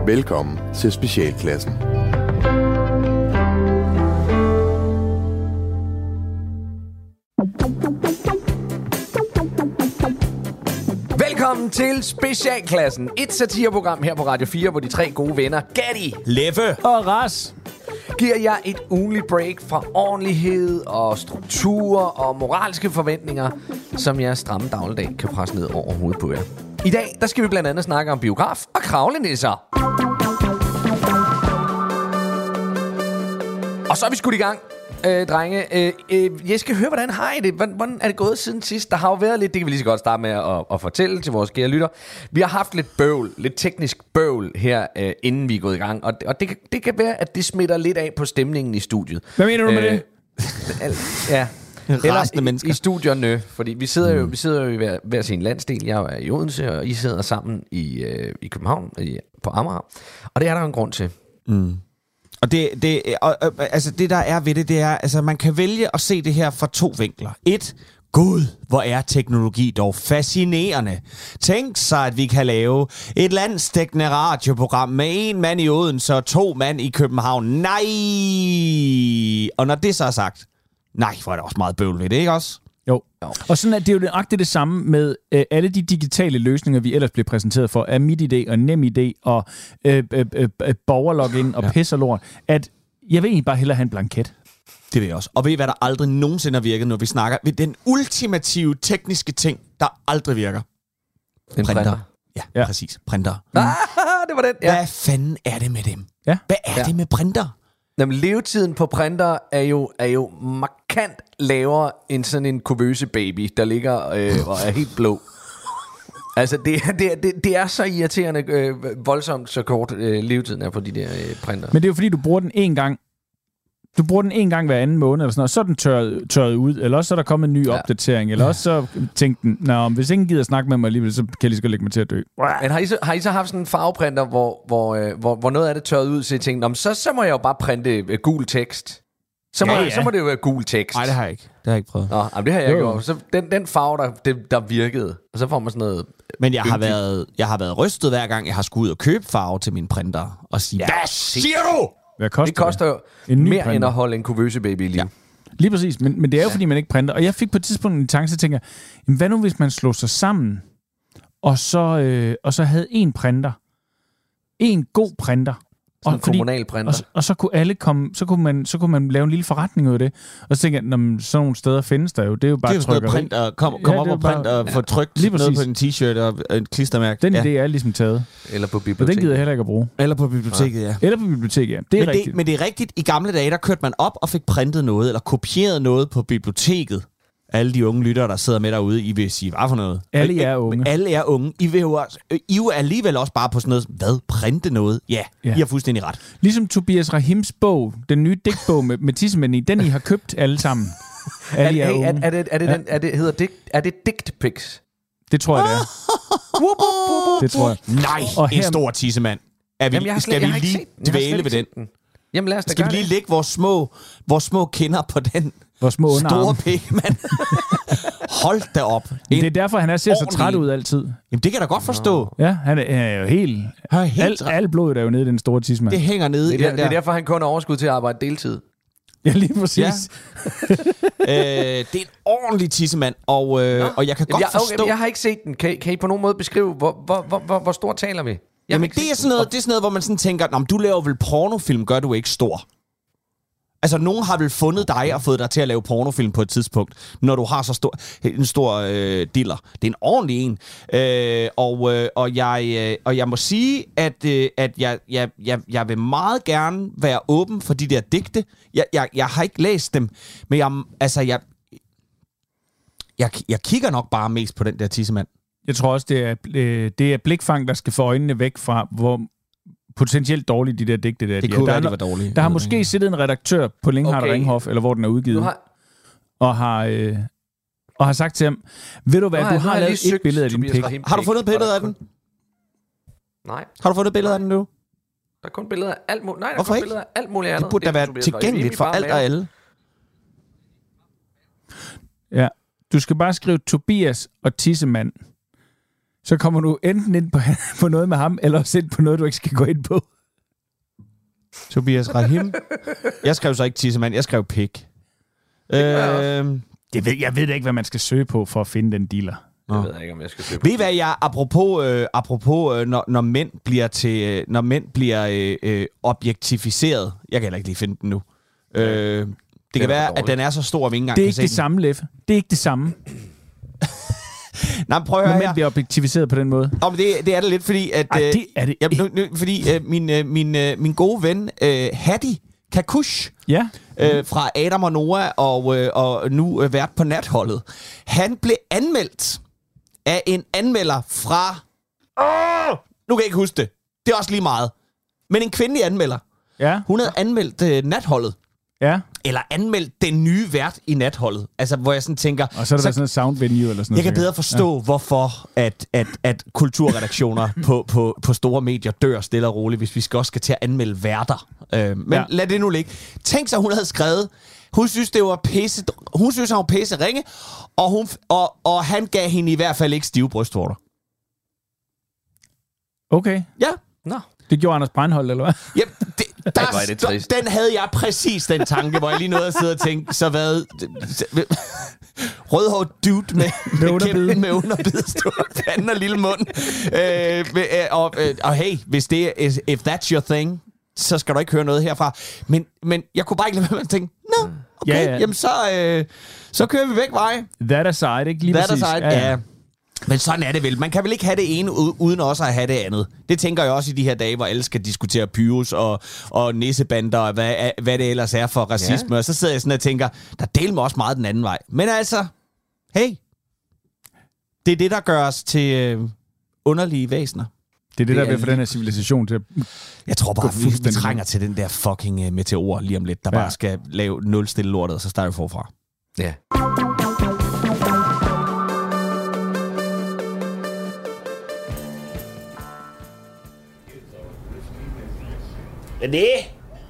Velkommen til Specialklassen. Velkommen til Specialklassen. Et satireprogram her på Radio 4, hvor de tre gode venner, Gatti, Leffe og Ras, giver jer et ugenligt break fra ordentlighed og struktur og moralske forventninger, som jeres stramme dagligdag kan presse ned over hovedet på jer. I dag, der skal vi blandt andet snakke om biograf og kravlenisser. Og så er vi skudt i gang, drenge. Jeg skal høre, hvordan har I det? Hvordan er det gået siden sidst? Der har jo været lidt, det kan vi lige så godt starte med at fortælle til vores kære lytter. Vi har haft lidt bøvl, lidt teknisk bøvl her, inden vi er gået i gang. Og det kan være, at det smitter lidt af på stemningen i studiet. Hvad mener du med det? Ja. Rasende mennesker. I studierne, fordi vi sidder jo i hver sin landsdel. Jeg er i Odense, og I sidder sammen i København, på Amager. Og det er der jo en grund til. Mm. Og altså det der er ved det er, altså man kan vælge at se det her fra to vinkler. Et, Gud, hvor er teknologi dog fascinerende. Tænk sig, at vi kan lave et landsdækkende radioprogram med en mand i Odense og 2 mand i København. Nej! Og når det så er sagt, nej, hvor er det også meget bøvl ved det, ikke også? Jo. Og sådan er det jo nøjagtigt det samme med alle de digitale løsninger, vi ellers bliver præsenteret for, af MitID og NemID og borgerlogin og pis og lort, at jeg vil egentlig bare hellere have en blanket. Det vil jeg også. Og ved I, hvad der aldrig nogensinde har virket, når vi snakker? Ved den ultimative tekniske ting, der aldrig virker. En printer. Ja, præcis. Printer. Det var den, ja. Hvad fanden er det med dem? Ja. Hvad er det med printer? Jamen, levetiden på printer er jo markant lavere end sådan en kuvøse baby, der ligger og er helt blå. Altså, det er så irriterende voldsomt, så kort levetiden er på de der printer. Men det er jo fordi, du bruger den en gang. Du bruger den en gang hver anden måned, eller sådan noget, så er den tørret ud, eller også så er der kommet en ny opdatering, eller også så tænkte den, hvis ingen gider snakke med mig alligevel, så kan jeg lige så godt lægge mig til at dø. Men har I så haft sådan en farveprinter, hvor noget af det tørret ud, så I tænkte, så må jeg jo bare printe gul tekst. Så må det jo være gul tekst. Nej, det har jeg ikke. Det har jeg ikke prøvet. Nå, det har jeg gjort. Så den farve, der virkede, og så får man sådan noget... Men jeg har været rystet hver gang, jeg har skulle ud og købe farve til min printer, og sige, hvad siger du? Hvad koster det? Koster jo mere printer, end at holde en kuvøse baby i liv. Ja. Lige præcis, men det er jo fordi, man ikke printer. Og jeg fik på et tidspunkt en tanke, så tænker jeg, hvad nu hvis man slog sig sammen, og så havde en printer, en god printer, en kommunal printer. Og så kunne alle komme, så kunne man lave en lille forretning ud af det. Og så tænker jeg, sådan nogle steder findes der jo. Det er jo bare trykkeri. Kom op og print og få trykt noget på en t-shirt og et klistermærke. Den idé er ligesom taget. Eller på biblioteket. Og den gider jeg heller ikke at bruge. Eller på biblioteket, ja. Eller på biblioteket, ja. Det er rigtigt. Men det er rigtigt. I gamle dage, der kørte man op og fik printet noget, eller kopieret noget på biblioteket. Alle de unge lyttere, der sidder med derude, I vil sige, hvad for noget? Alle er unge. Alle er unge. I er jo alligevel også bare på sådan noget, hvad? Printe noget? Ja, I har fuldstændig ret. Ligesom Tobias Rahims bog, den nye digtbog med tissemænd i, den I har købt alle sammen. Alle er unge. Er det digtpics? Det tror jeg, det er. Det tror jeg. Nej, og en stor tissemand. Skal vi lige dvæle ved den? Jamen lad os da skal vi lige lægge vores små kinder på den store pik, mand? Hold da op. Det er derfor, han ser så træt ud altid. Jamen, det kan jeg da godt forstå. Ja, han er jo helt alt blodet er jo nede i den store tissemand. Det hænger nede i den der. Det er derfor, han kun har overskud til at arbejde deltid. Ja, lige præcis. Ja. Det er en ordentlig tissemand, og jeg kan godt forstå... Jeg har ikke set den. Kan I på nogen måde beskrive, hvor stor taler vi? Jamen, det er sådan noget, hvor man sådan tænker, du laver vel pornofilm, gør du ikke stor? Altså, nogen har vel fundet dig og fået dig til at lave pornofilm på et tidspunkt, når du har så en stor diller. Det er en ordentlig en. Og jeg må sige, at jeg vil meget gerne være åben for de der digte. Jeg har ikke læst dem, men jeg kigger nok bare mest på den der tissemand. Jeg tror også, det er blikfang, der skal få øjnene væk fra, hvor potentielt dårlige de der digte der. Det kunne være, de var dårlige. Der har måske siddet en redaktør på Linghardt og Ringhof, eller hvor den er udgivet, og har sagt til ham, ved du hvad, du har lavet et billede af din pik. Har du fundet billedet af den? Nej. Har du fundet billedet af den nu? Der er kun billeder af alt muligt. Nej, der Hvorfor er kun ikke? billeder af alt muligt andet. Det burde da være tilgængeligt for alt og alle. Ja, du skal bare skrive Tobias og tissemand. så kommer du enten ind på noget med ham, eller også ind på noget, du ikke skal gå ind på. Tobias Rahim. Jeg skrev så ikke tissemand, jeg skrev pik. Jeg ved da ikke, hvad man skal søge på for at finde den dealer. Jeg ved ikke, om jeg skal søge på. Ved I hvad, jeg apropos når mænd bliver til når mænd bliver objektificeret. Jeg kan heller ikke lige finde den nu. Det kan være, at den er så stor, at vi ikke engang det er kan ikke se det den. samme, Leffe. Det er ikke det samme. Nej, prøv at høre Når her. mænd bliver objektiviseret på den måde. Men det er det lidt, fordi at det er det ikke. fordi min gode ven Hadi Kakush fra Adam og Noah og nu vært på natholdet. Han blev anmeldt af en anmelder fra... nu kan jeg ikke huske det. Det er også lige meget. Men en kvindelig anmelder. Ja. Hun havde anmeldt natholdet. Ja. Eller anmeldt den nye vært i natholdet. Altså, hvor jeg sådan tænker... Og så er der sådan noget sound venue eller sådan noget. Jeg kan bedre forstå, hvorfor at kulturredaktioner på store medier dør stille og roligt, hvis vi også skal til at anmelde værter. Men lad det nu ligge. Tænk så, hun havde skrevet... Hun synes, det var pisse... Hun synes, han var pisse ringe, og han gav hende i hvert fald ikke stive brystvorter. Okay. Ja. Nå. Det gjorde Anders Breinholt, eller hvad? Ja, den havde jeg præcis, den tanke, hvor jeg lige nåede at sidde og tænke, så hvad... Rødhåret dude med underbid, stor pande og lille mund. Og hey, hvis det er, if that's your thing, så skal du ikke høre noget herfra. Men jeg kunne bare ikke lade være med at tænke, nå, okay, jamen så kører vi væk veje. That aside, ikke? Lige that præcis. Aside, ja. Men sådan er det vel. Man kan vel ikke have det ene uden også at have det andet. Det tænker jeg også i de her dage, hvor alle skal diskutere pyrus og nissebander og hvad det ellers er for racisme. Ja. Og så sidder jeg sådan og tænker, der deler mig også meget den anden vej. Men altså, hey, det er det, der gør os til underlige væsener. Det er det, der vil få den her civilisation til at... Jeg tror bare, vi trænger til den der fucking meteor lige om lidt, der bare skal lave nul stille lortet, og så starter vi forfra. Ja. René?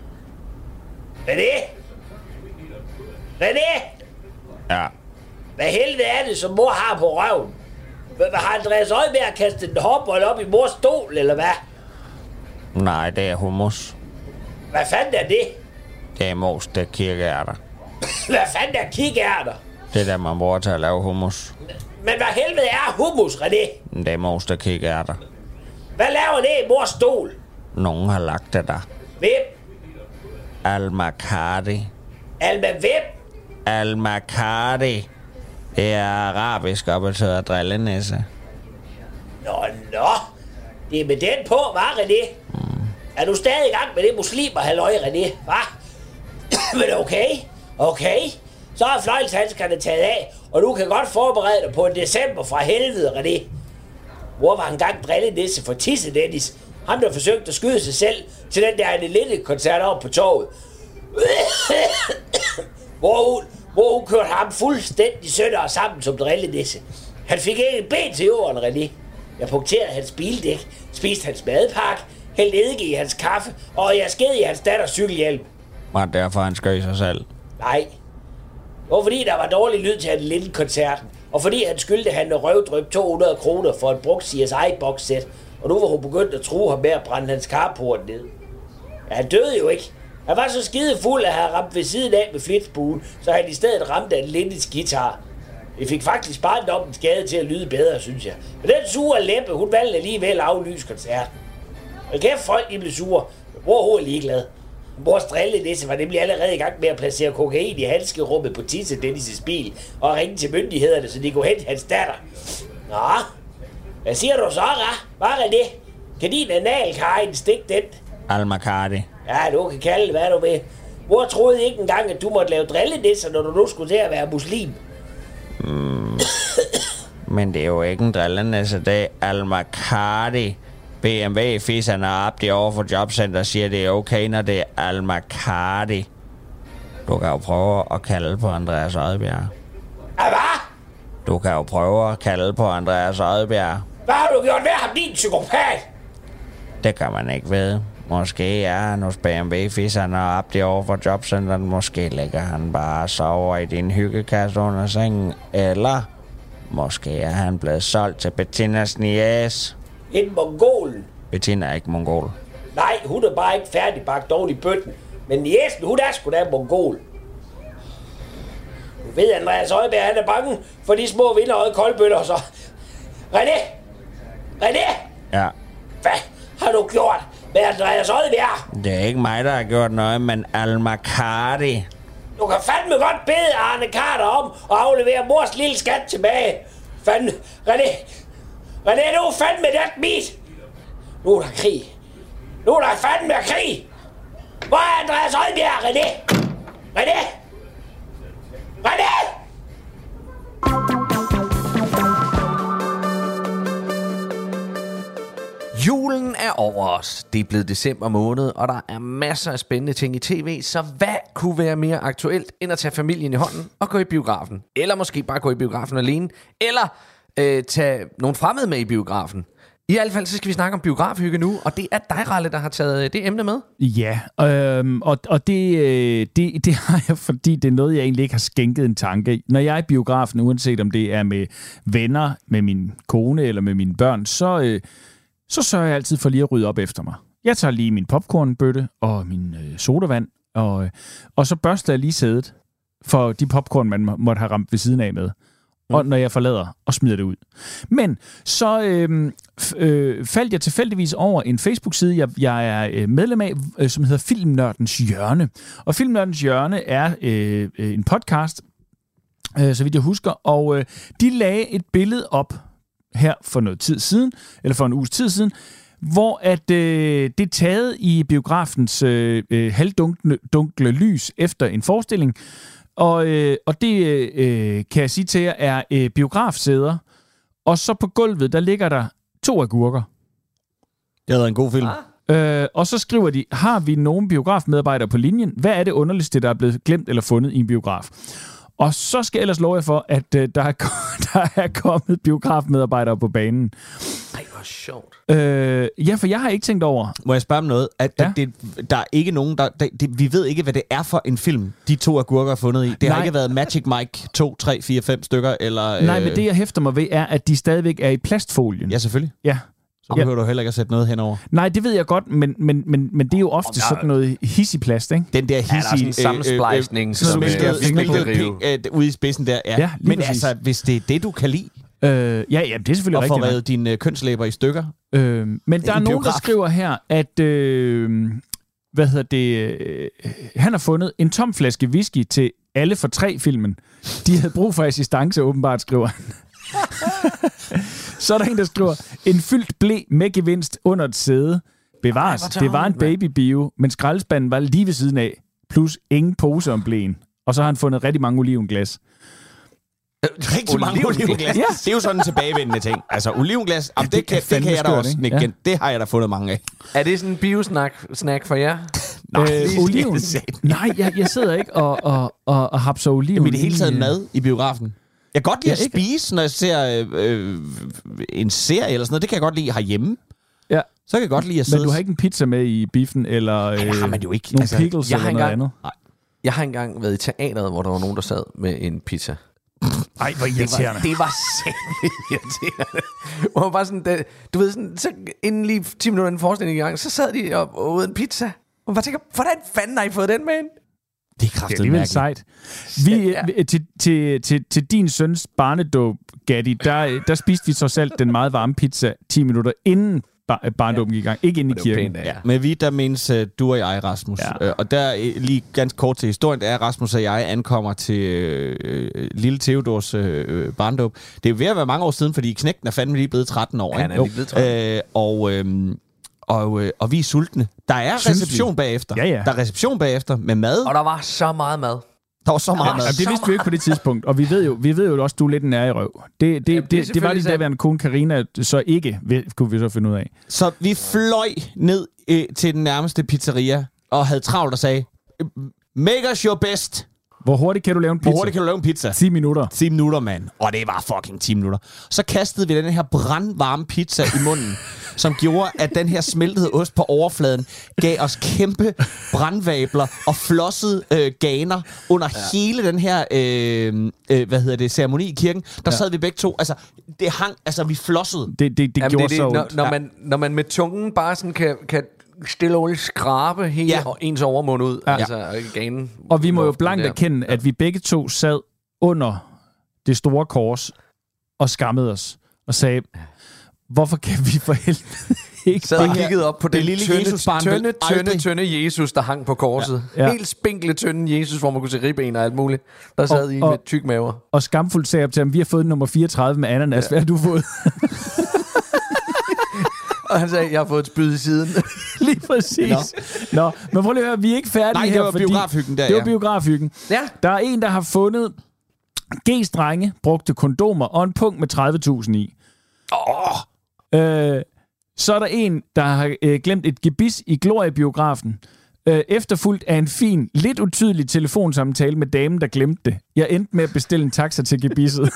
Ja. Hvad helvede er det, som mor har på røven? Har Andreas Oddbjerg kastet en hopbold op i mors stol, eller hvad? Nej, det er hummus. Hvad fanden er det? Det er moste kirkeærter. Hvad fanden er kikærter? Det er der, man bruger til at lave hummus. Men hvad helvede er hummus, René? Det er moste kirkeærter. Hvad laver det i mors stol? Nogen har lagt det der. Hvem? Al-Makadi. Alma hvem? Al-Makadi. Det er arabisk og betyder drillenisse. Nå. Det er med den på, hva' René? Er du stadig i gang med det muslimer, halløj, René? Hva? Men okay. Så er fløjlshandskerne taget af, og du kan godt forberede dig på en december fra helvede, René. Hvor var engang drillenisse for Tisse Dennis? Ham, der forsøgte at skyde sig selv til den der Annelette-koncert oppe på torvet. hvor hun kørte ham fuldstændig sønder og sammen som drillenisse. Han fik ikke en ben til jorden, René. Jeg punkterede hans bildæk, spiste hans madpakke, hældte eddike i hans kaffe, og jeg sked i hans datters cykelhjelm. Var derfor han skød sig selv? Nej. Det var fordi, der var dårlig lyd til Annelette-koncerten, og fordi han skyldte han med røvdryp 200 kroner for et brugt CSI-bokssæt, og nu var hun begyndt at true ham med at brænde hans carport ned. Ja, han døde jo ikke. Han var så skide fuld, at han ramte ved siden af med flitsbuen, så han i stedet ramte en Lindes guitar. Det fik faktisk barndommen skade til at lyde bedre, synes jeg. Men den sure læppe, hun valgte alligevel at aflyse koncerten. Og kæft, folk de blev sure. Mor, hun er ligeglad. Mors drillenisse var nemlig allerede i gang med at placere kokain i handskerummet på Tisse Dennis' bil og ringe til myndighederne, så de kunne hente hans datter. Nå, hvad siger du så, Hvad er det? Kan din analkarin stikke den? Al-Makadi. Ja, du kan kalde det, hvad du vil. Mor troede ikke engang, at du måtte lave drillenisser, når du nu skulle til at være muslim. Men det er jo ikke en drillenisse, det er Al-Makadi. BMW-fisserne op det over for Jobcenter siger, det er okay, når det er Al-Makadi. Du kan jo prøve at kalde på Andreas Oddbjerg. Hvad? Du kan jo prøve at kalde på Andreas Oddbjerg. Hvad har du gjort ved ham, din psykopat? Det kan man ikke vide. Måske er han hos BMW-fisserne op det over for Jobcenteret. Måske ligger han bare og sover i din hyggekasse under sengen. Eller Måske er han blevet solgt til Bettinas niece. En mongol. Bettina er ikke mongol. Nej, hun er bare ikke færdigbagt oven i bøtten. Men niecen, hun er sgu da mongol. Du ved, Andreas Højberg, han er bange for de små vinderøje koldbøtter, så... René! Ja. Hvad har du gjort med Andreas Højberg? Det er ikke mig, der har gjort noget, men Alma Cardi. Du kan fandme godt bede Arne Carter om at aflevere mors lille skat tilbage. Fandme, René, du er fandme det mit. Nu er der krig. Nu er der fandme krig. Hvor er Andreas Højbjerg, René? Julen er over os. Det er blevet december måned, og der er masser af spændende ting i tv, så hvad kunne være mere aktuelt, end at tage familien i hånden og gå i biografen? Eller måske bare gå i biografen alene, eller tage nogle fremmede med i biografen. I hvert fald så skal vi snakke om biografhygge nu, og det er dig, Ralle, der har taget det emne med. Ja, og det har jeg, fordi det er noget, jeg egentlig ikke har skænket en tanke. Når jeg er i biografen, uanset om det er med venner, med min kone eller med mine børn, så sørger jeg altid for lige at rydde op efter mig. Jeg tager lige min popcornbøtte og min sodavand, og så børster jeg lige sædet for de popcorn, man måtte have ramt ved siden af med. Og når jeg forlader og smider det ud. Men så faldt jeg tilfældigvis over en Facebook-side, jeg er medlem af, som hedder Filmnørdens Hjørne. Og Filmnørdens Hjørne er en podcast, så vidt jeg husker, og de lagde et billede op her for noget tid siden, eller for en uges tid siden, hvor at det er taget i biografens halvdunkle lys efter en forestilling. Og det kan jeg sige til jer er biografsæder, og så på gulvet, der ligger der 2 agurker. Det har været en god film. Og så skriver de, har vi nogen biografmedarbejdere på linjen? Hvad er det underligste, der er blevet glemt eller fundet i en biograf? Og så skal jeg ellers love jer for, at der er kommet biografmedarbejdere på banen. Ej, hvor sjovt. Ja, for jeg har ikke tænkt over... Må jeg spørge om noget? Der er ikke nogen, vi ved ikke, hvad det er for en film, de 2 agurker er fundet i. Det har ikke været Magic Mike 2, 3, 4, 5 stykker, eller... Nej, men det, jeg hæfter mig ved, er, at de stadigvæk er i plastfolien. Ja, selvfølgelig. Ja. Så behøver du heller ikke at sætte noget henover. Nej, det ved jeg godt, men det er jo ofte sådan noget hissig plast, ikke? Den der hissige... sammensplejsning, som smeltet ude i spidsen der, ja. Men præcis. altså, hvis det er det, du kan lide... Ja, det er selvfølgelig rigtigt. Og få revet dine kønslæber i stykker. Men der er nogen, der skriver her, at... han har fundet en tom flaske whisky til alle for 3-filmen. De havde brug for assistance, åbenbart, skriver han. Så er der en, der skriver, en fyldt ble med gevinst under et sæde. Bevares, det var en babybio, men skraldespanden var lige ved siden af. Plus ingen pose om blæen. Og så har han fundet rigtig mange olivenglas. Rigtig mange olivenglas. Ja. Det er jo sådan en tilbagevendende ting. Altså, olivenglas, det kan jeg da også nikke igen. Det har jeg da fundet mange af. Er det sådan en biosnack for jer? Oliven? Nej, jeg sidder ikke og hapser oliven. Men i det hele taget mad i biografen. Jeg kan godt lide at spise, når jeg ser en serie eller sådan noget. Det kan jeg godt lide herhjemme. Ja. Så kan jeg godt lide at sidde... Men du har ikke en pizza med i biffen, eller har man jo ikke. Nogle pickles eller noget andet? Nej. Jeg har engang været i teateret, hvor der var nogen, der sad med en pizza. Ej, hvor irriterende. Det var simpelthen irriterende. Hvor man bare sådan, du ved sådan, så inden lige 10 minutter inden forestillingen i gang, så sad de og uden pizza. Og man tænker, hvordan fanden har I fået den med ind? Det er kraftigt mærkeligt. Sejt. Til din søns barnedåb, Gatti, der spiste vi trods alt den meget varme pizza 10 minutter inden barndåben gik i gang. Ikke inde i kirken. Pænt, ja. Men vi, der menes du og jeg, Rasmus. Ja. Og der lige ganske kort til historien, der er Rasmus og jeg ankommer til lille Theodors barndåb. Det er jo ved at være mange år siden, fordi knægten er fandme lige blevet 13 år. Han er lige blevet 13. Og vi er sultne. Der er reception bagefter. Ja. Der er reception bagefter med mad. Og der var så meget mad. Der var så meget mad. Det vidste vi ikke på det tidspunkt. Og vi ved jo også, du er lidt nær i røv. Det var lige daværende kone Carina så ikke, kunne vi så finde ud af. Så vi fløj ned til den nærmeste pizzeria og havde travlt og sagde, make us your best. Hvor hurtigt kan du lave en pizza? 10 minutter. 10 minutter, mand. Og det var fucking 10 minutter. Så kastede vi den her brandvarme pizza i munden. som gjorde, at den her smeltede ost på overfladen gav os kæmpe brandvabler og flossede ganer under hele den her ceremoni i kirken. Der sad vi begge to. Altså, det hang, altså vi flossede. Det gjorde så ondt. Når man med tungen bare sådan kan stille og skrabe hele ens overmund ud. Ja. Altså, ganen. Og vi må jo blankt erkende, at vi begge to sad under det store kors og skammede os og sagde, hvorfor kan vi for helvede ikke sad og kiggede op på det lille tynde Jesus, der hang på korset. Ja. Helt spinkle, tynde Jesus, hvor man kunne se ribben og alt muligt. Der sad I med tyk maver. Og skamfuldt sagde op til ham, vi har fået nummer 34 med ananas. Hvad har du fået? Og han sagde, jeg har fået et spyd i siden. Lige præcis. Nå, men prøv lige at høre, vi er ikke færdige her. Nej, det var biografhyggen der, Det var biografhyggen. Ja. Der er en, der har fundet G's drenge brugte kondomer og en punkt med 30.000 i. Så er der en, der har glemt et gebis i Gloria-biografen. Efterfulgt af en fin, lidt utydelig telefonsamtale med damen, der glemte det. Jeg endte med at bestille en taxa til gebisset.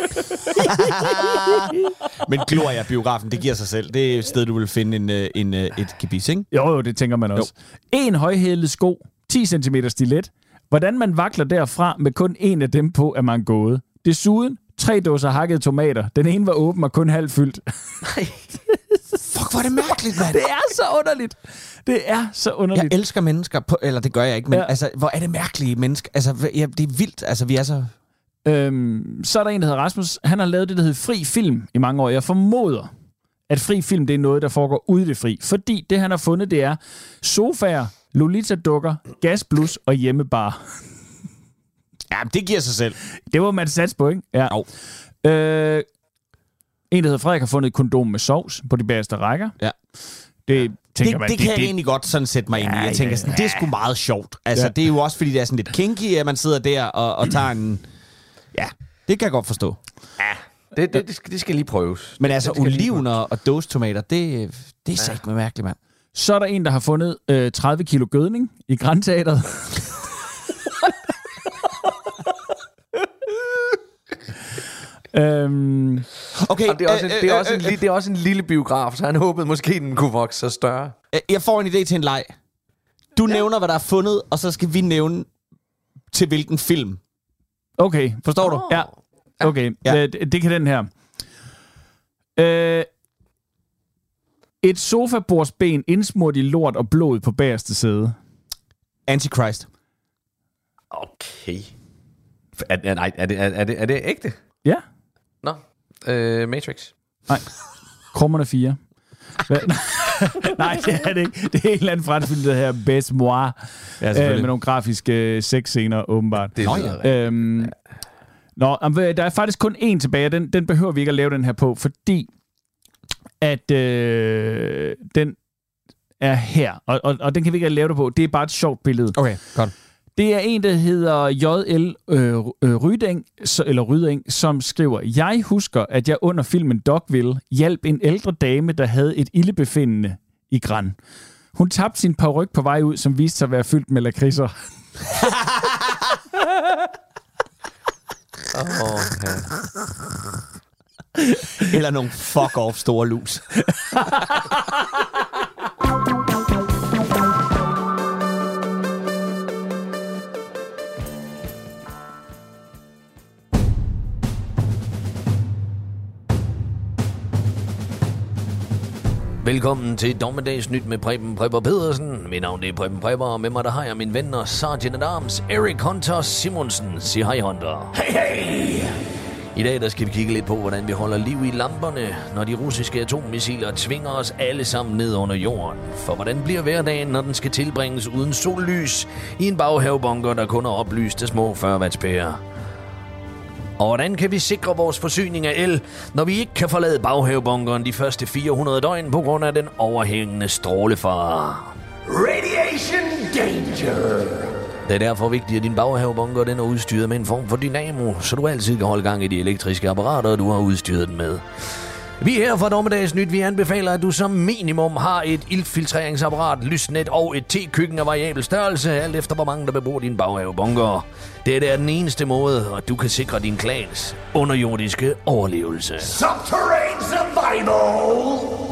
Men Gloria-biografen, det giver sig selv. Det er et sted, du vil finde et gebis, ikke? Jo, det tænker man også. En højhældet sko, 10 cm stilet. Hvordan man vakler derfra med kun en af dem på, er man gået. Desuden 3 dåser hakkede tomater. Den ene var åben og kun halvt fyldt. Fuck, hvor er det mærkeligt, mand. Det er så underligt. Det er så underligt. Jeg elsker mennesker på, eller det gør jeg ikke, men altså, hvor er det mærkelige mennesker. Altså, det er vildt. Altså, vi er så... Så er der en, der hedder Rasmus. Han har lavet det, der hedder fri film i mange år. Jeg formoder, at fri film, det er noget, der foregår ude i det fri. Fordi det, han har fundet, det er sofaer, Lolita-dukker, gasblus og hjemmebar. Ja, det giver sig selv. Det var man sats på, ikke? Ja. En, der hedder Frederik, har fundet et kondom med sovs på de bagerste rækker. Ja. Det kan jeg egentlig godt sådan sætte mig ind i. Jeg tænker sådan, det er sgu meget sjovt. Altså, det er jo også, fordi det er sådan lidt kinky, at man sidder der og tager en... Ja, det kan jeg godt forstå. Ja, det skal lige prøves. Men altså, oliven og dåsetomater, det er sagt med mærkeligt, mand. Så er der en, der har fundet 30 kilo gødning i Grandteateret. Okay, det er også en lille biograf, så han håbede måske, den kunne vokse så større. Jeg får en idé til en leg. Du nævner, hvad der er fundet, og så skal vi nævne til hvilken film. Okay. Forstår du? Ja. Okay, det kan den her. Et sofabordsben indsmurt i lort og blod på bagerste sæde. Antichrist. Okay. Er det ægte? Ja. Nå. Matrix. Nej. Krummerne 4. Nej, det er det ikke. Det er en eller anden fransk film, der her Best Moi. Ja, med nogle grafiske sexscener, åbenbart. Der er faktisk kun én tilbage. Den behøver vi ikke at lave den her på, fordi at den er her. Og den kan vi ikke lave det på. Det er bare et sjovt billede. Okay, godt. Det er en, der hedder J.L. Ryding, som skriver, jeg husker, at jeg under filmen Dogville hjalp en ældre dame, der havde et ildebefindende i Gran. Hun tabte sin paryk på vej ud, som viste sig at være fyldt med lakridser. Eller nogle fuck-off store lus. Velkommen til Dommedagsnyt med Preben Prepper Pedersen. Mit navn er Preben Prepper, og med mig der har jeg min ven og Sergeant at Arms, Erik Hunter Simonsen. Sig hej, Hunter. Hey! I dag der skal vi kigge lidt på, hvordan vi holder liv i lamperne, når de russiske atommissiler tvinger os alle sammen ned under jorden. For hvordan bliver hverdagen, når den skal tilbringes uden sollys i en baghavebunker, der kun er oplyst af små 40 wattspærer? Og hvordan kan vi sikre vores forsyning af el, når vi ikke kan forlade baghavebunkeren de første 400 døgn på grund af den overhængende strålefare? Radiation danger! Det er derfor vigtigt, at din baghavebunker den er udstyret med en form for dynamo, så du altid kan holde gang i de elektriske apparater, du har udstyret den med. Vi her fra Dommedagsnyt, vi anbefaler, at du som minimum har et iltfiltreringsapparat, lysnet og et tekøkken af variabel størrelse, alt efter hvor mange der bebor din baghavebunker. Det er den eneste måde, at du kan sikre din klans underjordiske overlevelse. Subterrane survival!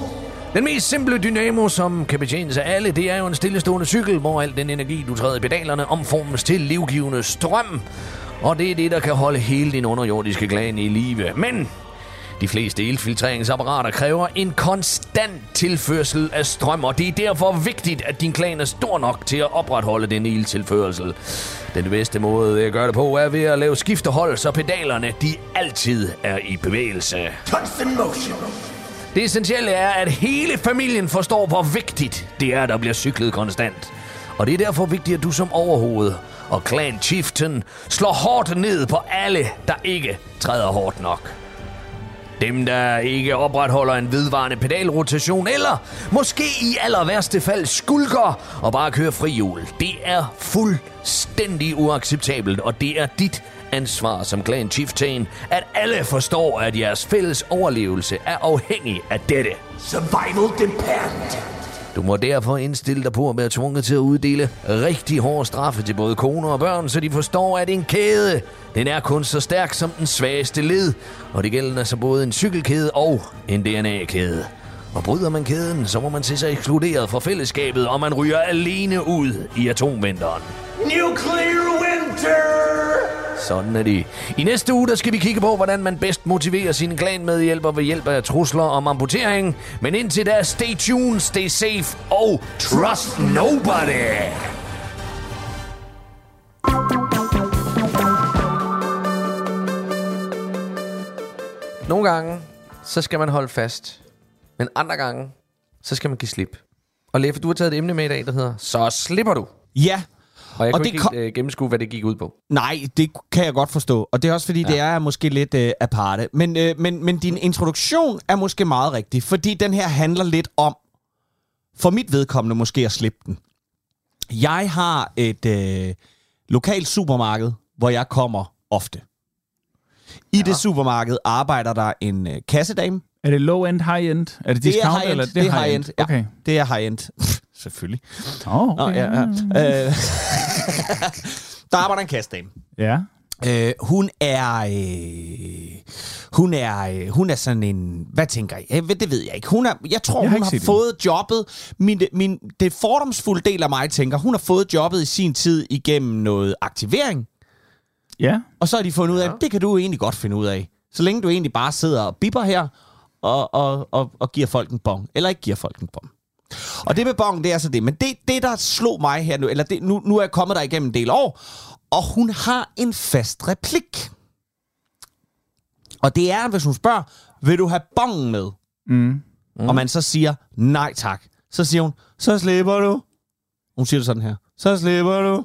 Den mest simple dynamo, som kan betjenes af alle, det er jo en stillestående cykel, hvor al den energi, du træder i pedalerne, omformes til livgivende strøm. Og det er det, der kan holde hele din underjordiske glan i live. Men de fleste elfiltreringsapparater kræver en konstant tilførsel af strøm, og det er derfor vigtigt, at din klan er stor nok til at opretholde den eltilførsel. Den bedste måde at gøre det på er ved at lave skiftehold, så pedalerne de altid er i bevægelse. Constant motion. Det essentielle er, at hele familien forstår, hvor vigtigt det er, at der bliver cyklet konstant. Og det er derfor vigtigt, at du som overhoved og clan chieftain slår hårdt ned på alle, der ikke træder hårdt nok. Dem, der ikke opretholder en vedvarende pedalrotation, eller måske i aller værste fald skulker og bare kører frihjul. Det er fuldstændig uacceptabelt, og det er dit ansvar som clan chieftain, at alle forstår, at jeres fælles overlevelse er afhængig af dette. Survival depend. Du må derfor indstille dig på at være tvunget til at uddele rigtig hårde straffe til både koner og børn, så de forstår, at en kæde, den er kun så stærk som den svageste led, og det gælder så både en cykelkæde og en DNA-kæde. Og bryder man kæden, så må man se sig ekskluderet fra fællesskabet, og man ryger alene ud i atomvinteren. Nuclear winter! Sådan er det. I næste uge der skal vi kigge på, hvordan man bedst motiverer sine klanmedhjælpere ved hjælp af trusler om amputering. Men indtil da, stay tuned, stay safe og trust nobody! Nogle gange, så skal man holde fast. Men andre gange, så skal man give slip. Og Leffe, du har taget et emne med i dag, der hedder Så slipper du. Ja. Og jeg kunne ikke gennemskue, hvad det gik ud på. Nej, det kan jeg godt forstå. Og det er også fordi, det er måske lidt aparte. Men din introduktion er måske meget rigtig. Fordi den her handler lidt om, for mit vedkommende måske at slippe den. Jeg har et lokalt supermarked, hvor jeg kommer ofte. I det supermarked arbejder der en kassedame. Er det low-end, high-end? Er det discount, eller det er high-end? Ja, okay. det er high-end. Selvfølgelig. Okay. Der arbejder en kassedame. Ja. Hun er sådan en, hvad tænker I? Det ved jeg ikke. Jeg tror, hun har fået jobbet. Det fordomsfulde del af mig tænker, hun har fået jobbet i sin tid igennem noget aktivering. Ja. Og så har de fundet ud af, det kan du egentlig godt finde ud af. Så længe du egentlig bare sidder og bipper her, og giver folk en bong. Eller ikke giver folk en bong. Og det med bong, det er så det. Men det der slog mig her nu, eller nu er jeg kommet der igennem en del år, og hun har en fast replik. Og det er, hvis hun spørger, vil du have bongen med? Og man så siger, nej tak. Så siger hun, så slipper du. Hun siger det sådan her. Så slipper du.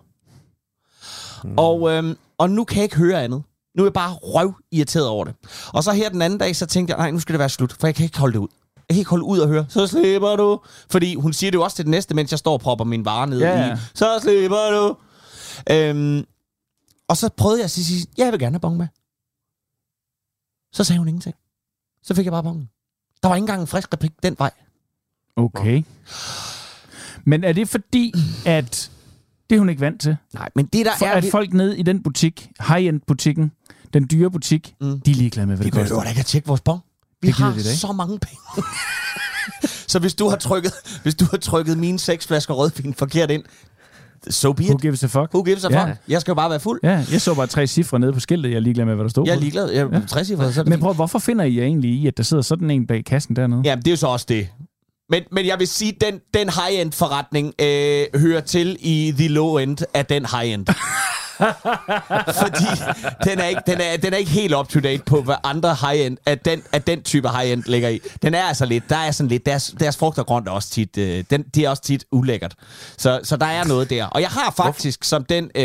Og nu kan jeg ikke høre andet. Nu er jeg bare røvirriteret over det. Og så her den anden dag, så tænkte jeg, nej, nu skal det være slut, for jeg kan ikke holde det ud. Jeg kan ikke holde ud og høre, så slipper du. Fordi hun siger det jo også til den næste, mens jeg står og propper min vare ned i. Så slipper du. Og så prøvede jeg at sige, jeg vil gerne have bong med. Så sagde hun ingenting. Så fik jeg bare bongen. Der var ikke engang en frisk replik den vej. Okay. Men er det fordi, at det er hun ikke vant til? Nej, men det der for er... at folk nede i den butik, high-end butikken, den dyre butik, de er ligeglade med, hvad det koster. Vi behøver da ikke at tjekke vores bong. Vi har så mange penge. Så hvis du har trykket mine 6 flasker rødvin forkert ind, so be it. Who gives a fuck? Who gives a fuck? Jeg skal jo bare være fuld. Ja, jeg så bare 3 cifre nede på skiltet. Jeg er ligeglad med, hvad der stod. Jeg er ligeglad. 3 cifre. Men prøv, hvorfor finder I egentlig i, at der sidder sådan en bag kassen dernede? Ja, det er jo så også det. Men jeg vil sige, den high-end forretning hører til i the low-end af den high-end. Fordi den er ikke helt up to date på, hvad andre high-end af den type high-end ligger i. Den er altså lidt, der er sådan lidt, deres frugt og grønt er også tit, de er også tit ulækkert. Så der er noget der. Og jeg har faktisk, som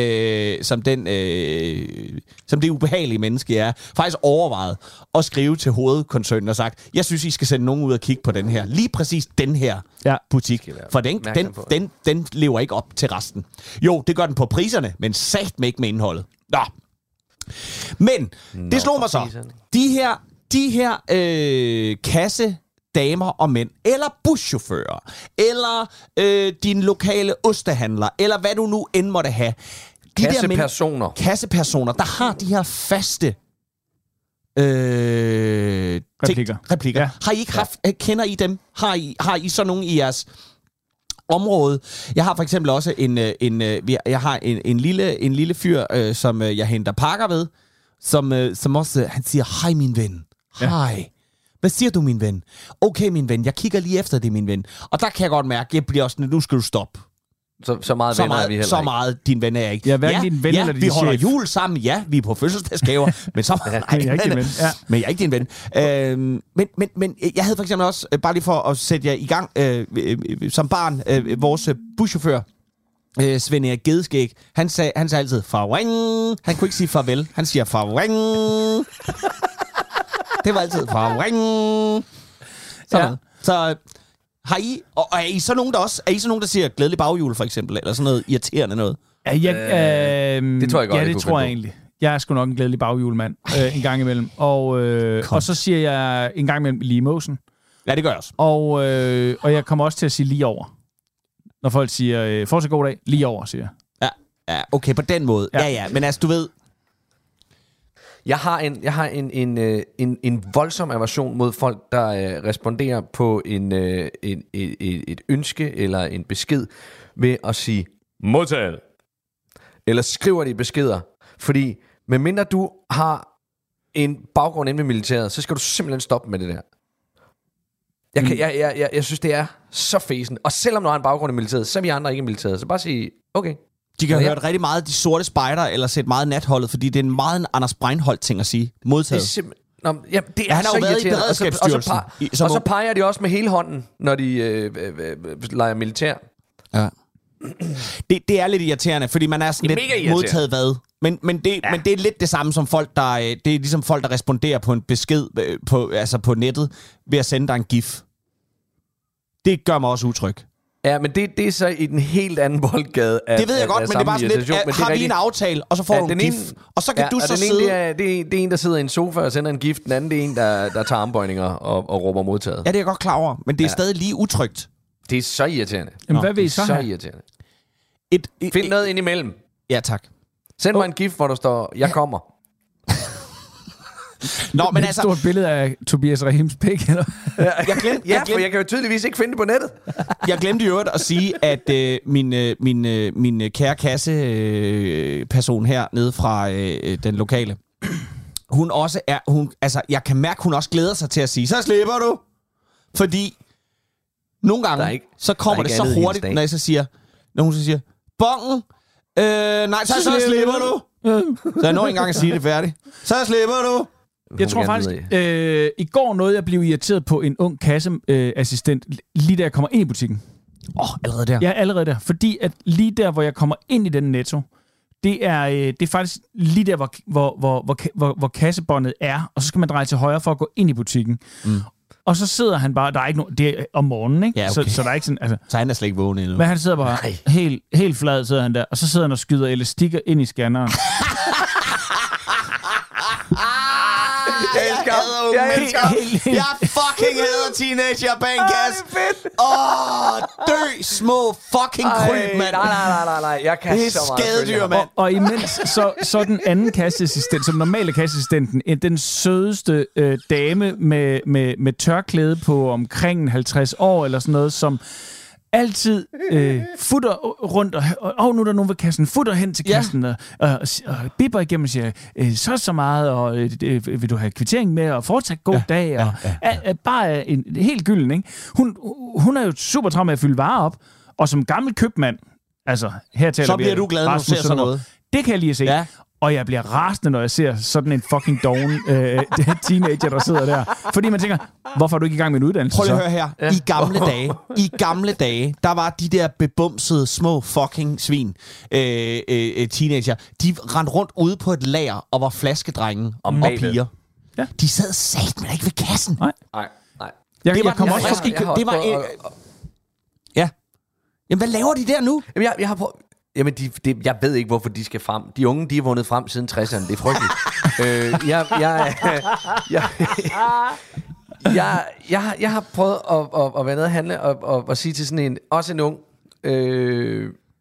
det ubehagelige menneske er, faktisk overvejet at skrive til hovedkoncernen og sagt, jeg synes, I skal sende nogen ud og kigge på den her. Lige præcis den her butik. For den lever ikke op til resten. Jo, det gør den på priserne, men satme ikke med indholdet. Nå. Men det slog mig så. De her kassedamer og mænd, eller buschauffører, eller din lokale ostehandler, eller hvad du nu end måtte have. Kassepersoner, der har de her faste Replikker. Ja. Har I ikke haft... Kender I dem? Har I så nogen i jeres område? Jeg har for eksempel også en lille fyr, som jeg henter pakker ved, som også... Han siger, hej min ven. Hej. Hvad siger du, min ven? Okay, min ven. Jeg kigger lige efter det, min ven. Og der kan jeg godt mærke, jeg bliver også... Nu skal du stoppe. Så meget venner er vi heller ikke. Meget din ven er jeg ikke. Ja, hverken din ven eller din vi holder chef. jul sammen. Ja, vi er på fødselsdagsgaver. Men så... jeg er ikke din ven. Ja. Men jeg er ikke din ven. Men jeg havde for eksempel også, bare lige for at sætte jer i gang, som barn, vores buschauffør, Svend Erik Gedeskæg, han sagde altid farveng. Han kunne ikke sige farvel. Han siger farveng. Det var altid farveng. Sådan. Så har I, og er I så nogen, der siger glædelig baghjul, for eksempel, eller sådan noget irriterende noget? Det tror jeg godt, ja, det tror jeg egentlig. Jeg er sgu nok en glædelig baghjulmand en gang imellem. Og så siger jeg en gang imellem lige Måsen. Ja, det gør jeg også. Og jeg kommer også til at sige lige over. Når folk siger, fortsat god dag, lige over, siger jeg. Ja, okay, på den måde. Ja, men altså, du ved... Jeg har en voldsom aversion mod folk, der responderer på et ønske eller en besked ved at sige modtaget. Eller skriver de beskeder. Fordi medmindre du har en baggrund inde ved militæret, så skal du simpelthen stoppe med det der. Jeg synes, det er så fesen. Og selvom du har en baggrund i militæret, så er vi andre ikke i militæret. Så bare sige, okay. De kan have hørt rigtig meget De Sorte Spejder, eller set meget Natholdet, fordi det er en meget en Anders Breinholt ting at sige. Modtaget. Det er han har så jo været i Beredskabsstyrelsen. Og så peger de også med hele hånden, når de leger militær. Ja. Det er lidt irriterende, fordi man er sådan lidt modtaget hvad. Men det er lidt det samme som folk, der... Det er ligesom folk, der responderer på en besked på nettet ved at sende dig en gif. Det gør mig også utryg. Ja, men det er så i den helt anden boldgade af, det ved jeg godt, men det er bare sådan lidt, har vi en aftale, og så får du en gif, og så kan du så sidde... Det er en, der sidder i en sofa og sender en gif, den anden det er en, der tager armbøjninger og råber modtaget. Ja, det er jeg godt klar over, men det er stadig lige utrygt. Det er så irriterende. Jamen, hvad vil I så have? Irriterende. Find noget ind imellem. Ja, tak. Send mig en gif, hvor der står, jeg kommer. Nå, men altså... Et stort billede af Tobias Rahims pik, eller? Jeg glemte, for jeg kan jo tydeligvis ikke finde det på nettet. Jeg glemte jo at sige, at min kære kasseperson her nede fra den lokale, hun også er... jeg kan mærke, hun også glæder sig til at sige, så slipper du. Fordi nogle gange, så kommer det så hurtigt, når jeg så siger... Når hun så siger, bongen, nej, så slipper du. Så jeg når ikke engang at sige det færdigt. Så slipper du. Jeg tror faktisk, i går nåede jeg blev irriteret på en ung kasseassistent, lige da jeg kommer ind i butikken. Allerede der? Ja, allerede der. Fordi at lige der, hvor jeg kommer ind i den Netto, det er faktisk lige der, hvor kassebåndet er, og så skal man dreje til højre for at gå ind i butikken. Mm. Og så sidder han bare, der er ikke nogen, det er om morgenen, ikke? Ja, okay. Så der er ikke sådan, altså. Så han er slet ikke vågen endnu. Men han sidder bare helt flad, sidder han der, og så sidder han og skyder elastikker ind i scanneren. Jeg fucking hader teenager bag en kasse. Dø små fucking kryb, mand. Nej. Jeg kan det så meget. Det er skadedyr, mand. Og imens, så den anden kasseassistent, som normale kasseassistenten, den sødeste dame med tørklæde på omkring 50 år, eller sådan noget, som altid futter rundt, og nu er der nogen ved kassen, futter hen til kassen, og bipper igennem og siger, så meget, og vil du have kvittering med, og fortsat god dag, og bare en helt gylden, ikke? Hun er jo super travlt med at fylde varer op, og som gammel købmand, altså her taler så bliver du glad, når du ser sådan noget. Det kan jeg lige se. Ja. Og jeg bliver rasende, når jeg ser sådan en fucking doven teenager, der sidder der. Fordi man tænker, hvorfor er du ikke i gang med en uddannelse? Prøv lige at høre her. Ja. I gamle dage, der var de der bebumsede små fucking svin, teenager, de rendte rundt ude på et lager og var flaskedrenge og piger. Ja. De sad satme ikke ved kassen. Nej. Det var ja. Jamen, hvad laver de der nu? Jamen, jeg har prøvet... Jamen, jeg ved ikke, hvorfor de skal frem. De unge, de har vundet frem siden 60'erne. Det er frygteligt. Jeg har prøvet at være nede og handle og sige til sådan også en ung,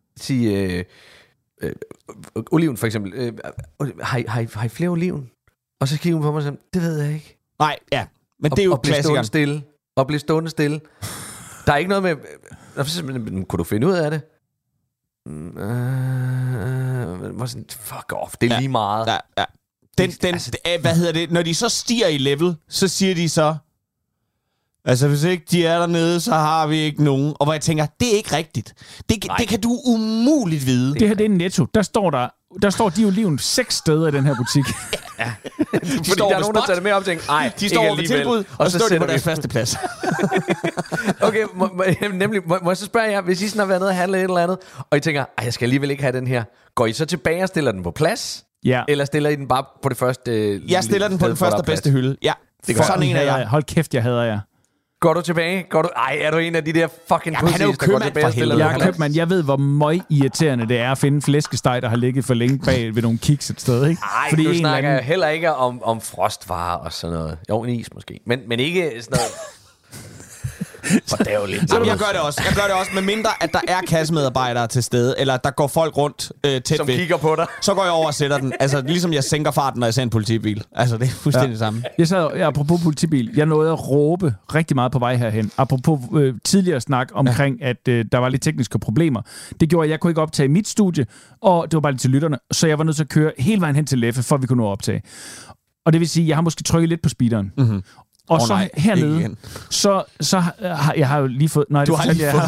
sige, oliven for eksempel. Har I flere oliven? Og så kigger hun på mig og siger, det ved jeg ikke. Nej, ja. Men det er jo klassikeren. Og blive stående stille. Der er ikke noget med... Kunne du finde ud af det? Fuck off, det er lige meget. Ja. Hvad hedder det? Når de så stiger i level, så siger de så... Altså, hvis ikke de er dernede, så har vi ikke nogen. Og hvor jeg tænker, det er ikke rigtigt. Det kan du umuligt vide. Det her, det er Netto. Der står de oliven 6 steder i den her butik. Ja. Fordi der er nogen, der tager det med op og tænker, nej, de står ved tilbud, og så står de på deres faste plads. Okay, må jeg så spørge jer, hvis I sådan har været nede og handle et eller andet, og I tænker, jeg skal alligevel ikke have den her. Går I så tilbage og stiller den på plads? Ja. Eller stiller I den bare på det første? Jeg stiller den på den første og bedste hylde. Ja, det gør sådan en af jer. Hold kæft, jeg hader jer. Går du tilbage? Er du en af de der fucking pussies, han er jo købmand for helvede. Jeg er købmand. Jeg ved, hvor møg irriterende det er at finde flæskesteg, der har ligget for længe bag ved nogle kiks et sted, ikke? Ej, fordi du snakker anden... heller ikke om frostvarer og sådan noget. Jo, en is måske. Men ikke sådan noget... Jamen, jeg gør det også, med mindre, at der er kassemedarbejdere til stede, eller der går folk rundt tæt som ved. Kigger på dig. Så går jeg over og sætter den. Altså, ligesom jeg sænker farten, når jeg ser en politibil. Altså, det er fuldstændig samme. Apropos politibil, jeg nåede at råbe rigtig meget på vej herhen. Apropos tidligere snak omkring, at der var lidt tekniske problemer. Det gjorde, at jeg kunne ikke optage mit studie, og det var bare lidt til lytterne, så jeg var nødt til at køre hele vejen hen til Leffe, for at vi kunne nå at optage. Og det vil sige, at jeg har måske trykket lidt på speederen. Mm-hmm. Og så hernede, så jeg har jo lige fået... Nej, du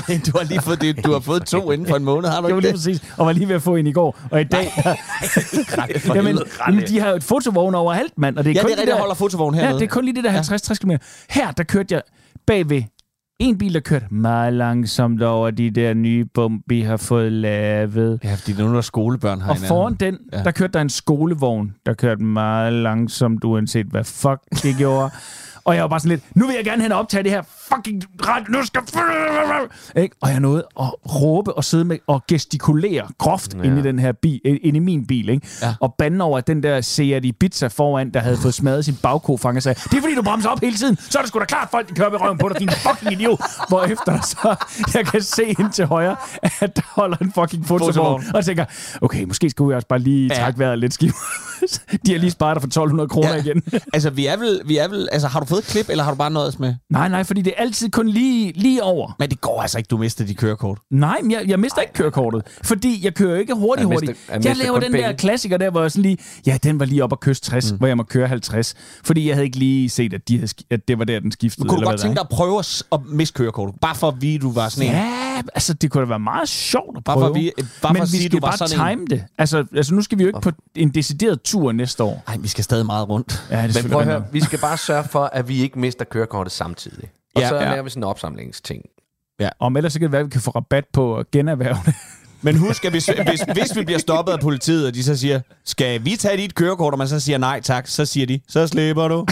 har fået 2 inden for en måned, har du ikke det? Lige præcis, og var lige ved at få en i går. Og i dag... Jamen, de har jo et fotovogn overalt, mand. Og det er kun det er rigtigt, der holder fotovogn hernede. Ja, det er kun lige det der 50-60 km. Her, der kørte jeg bagved en bil, der kørte meget langsomt over de der nye bump, vi har fået lavet. Ja, fordi der er nogle skolebørn her. Og foran den, der kørte der en skolevogn, der kørte meget langsomt, uanset hvad fuck det gjorde. Og jeg var bare sådan lidt, nu vil jeg gerne hen og optage det her fucking ret, nu skal... Ikke? Og jeg nåede at råbe og sidde med og gestikulere groft inde i den her bil, inde i min bil, ikke? Ja. Og bande over, at den der Seat Ibiza foran, der havde fået smadret sin bagkofanger, sagde, det er fordi, du bremser op hele tiden, så er det sgu da klart, folk de kører med røven på dig, din fucking idiot. Hvorefter så, jeg kan se ind til højre, at der holder en fucking fotovogn, og jeg tænker, okay, måske skulle vi også bare lige trække vejret lidt skiv. De har lige sparet dig for 1.200 kroner igen. Altså, vi er vel, altså, har du fået et klip, eller har du bare nøjes med? Nej, fordi det er altid kun lige over. Men det går altså ikke, du mister dit kørekort. Nej, men jeg mister ikke kørekortet, fordi jeg kører ikke hurtigt. Jeg laver den der klassiker der, hvor jeg sådan lige, den var lige op at kysse 60, hvor jeg må køre 50, fordi jeg havde ikke lige set, at det var der, den skiftede. Men kunne du godt tænke dig at prøve at miste kørekortet? Bare for at vide, du var sådan en... Ja, altså det kunne da være meget sjovt at prøve. Men vi skal bare time det. Altså nu skal vi jo ikke på en decideret tur næste år. Nej, vi skal stadig meget rundt. Ja, men prøv at høre, vi skal bare sørge for, at vi ikke mister kørekortet samtidig. Og så laver vi sådan en opsamlingsting. Ja. Om ellers så kan det være, at vi kan få rabat på at generhverve det. Men husk, at hvis vi bliver stoppet af politiet, og de så siger, skal vi tage dit kørekort, og man så siger nej tak, så siger de, så slipper du.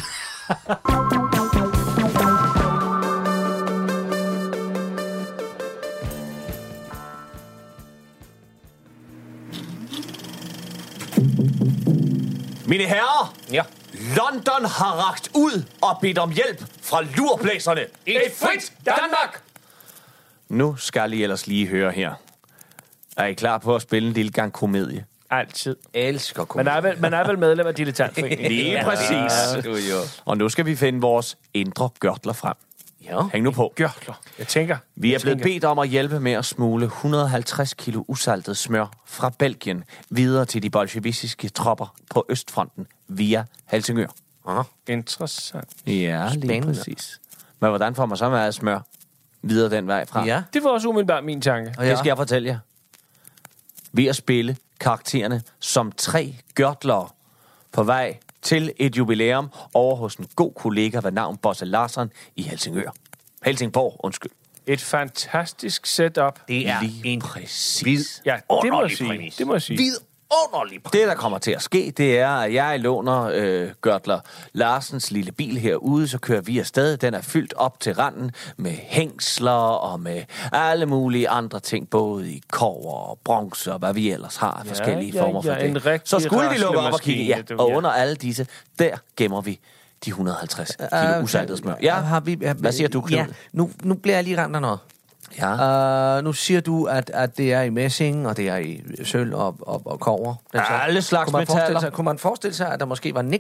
Mine herrer, London har rakt ud og bedt om hjælp fra lurblæserne. Et frit Danmark! Nu skal I ellers lige høre her. Er I klar på at spille en lille gang komedie? Altid. Elsker komedie. Man er vel medlem af Dilettantforeningen. Lige præcis. Og nu skal vi finde vores indre gørtler frem. Ja. Hæng nu på. Gørtler. Jeg tænker. Vi er blevet bedt om at hjælpe med at smugle 150 kilo usaltet smør fra Belgien videre til de bolsjevistiske tropper på Østfronten via Helsingør. Interessant. Ja, lige præcis. Men hvordan får man så meget smør videre den vej fra? Ja. Det var også umiddelbart min tanke. Og det skal jeg fortælle jer. Ved at spille karaktererne som 3 gørtlere på vej til et jubilæum over hos en god kollega ved navn Bosse Larsson i Helsingborg, undskyld. Et fantastisk setup. Det er en præcis. Ja, det må jeg sige. Vidunderlig præmis. Det, der kommer til at ske, det er, at jeg låner Gørtler Larsens lille bil herude, så kører vi afsted. Den er fyldt op til randen med hængsler og med alle mulige andre ting, både i kobber og bronze og hvad vi ellers har, forskellige former for det. Så skulle de lukke op og kigge, og under alle disse, der gemmer vi de 150 kilo usaltet smør. Hvad siger du, Knud? Ja, nu bliver jeg lige ramt af noget. Ja. Nu siger du, at det er i messing, og det er i sølv og kobber. Alle slags metaller. Kunne man forestille sig, at der måske var nikkel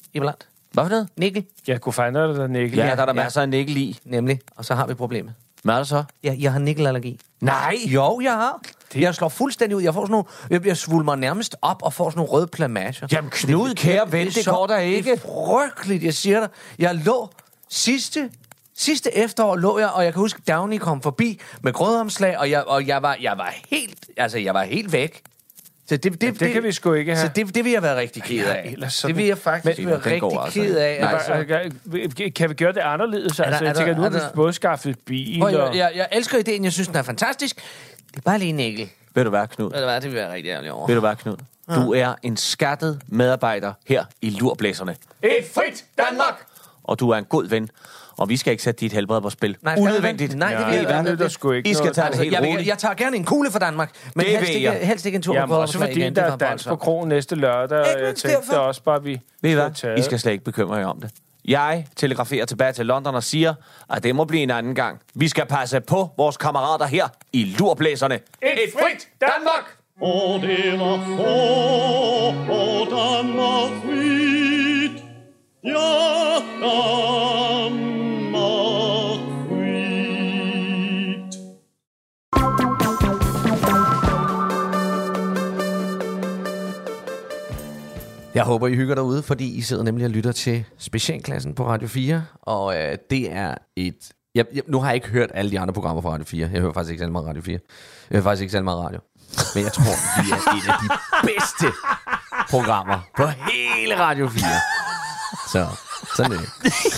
Ibland. Hvad for noget? Nikkel. Jeg kunne finde ud af det, Nikkel. Ja, der er der masser af nikkel i. Nemlig. Og så har vi problemet. Hvad er det så? Jeg har nikkelallergi. Nej! Jo, jeg har. Jeg slår fuldstændig ud. Jeg får sådan nogle... Jeg svulmer nærmest op og får sådan nogle røde plamager. Jamen, Knud, kære ven, det går der ikke. Det er frygteligt, jeg siger dig. Jeg lå sidste efterår lå jeg, og jeg kan huske, Downey kom forbi med grødomslag, og jeg var helt væk. Så det kan vi sgu ikke have. Så det vil jeg være rigtig ked af. Det vil jeg faktisk være rigtig ked af. Kan vi gøre det anderledes? Altså, jeg tænker, nu har vi både skaffet bil. Jeg elsker ideen, jeg synes, den er fantastisk. Det er bare lige Nikkel. Ved du hvad, Knud? Det vil være rigtig ærgerligt over. Ved du hvad, Knud? Du er en skattet medarbejder her i Lurblæserne. Et frit Danmark! Og du er en god ven. Og vi skal ikke sætte dit helbred på spil. Nej, unødvendigt. Nej, det vil jeg ikke. I skal tage det helt roligt. Jeg tager gerne en kugle for Danmark, men helst ikke en tur på Jamen, også fordi der er dans på krogen næste lørdag, og jeg tænkte også bare, vi... Ved I hvad? I skal slet ikke bekymre jer om det. Jeg telegraferer tilbage til London og siger, at det må blive en anden gang. Vi skal passe på vores kammerater her i Lurblæserne. Et frit Danmark! Og det var få, og Danmark frit. Ja, Danmark frit. Jeg håber, I hygger derude, fordi I sidder nemlig og lytter til Specialklassen på Radio 4. Og det er et... nu har jeg ikke hørt alle de andre programmer på Radio 4. Jeg hører faktisk ikke særlig meget Radio 4. Jeg hører faktisk ikke særlig meget radio. Men jeg tror, vi er et af de bedste programmer på hele Radio 4. Så, sådan er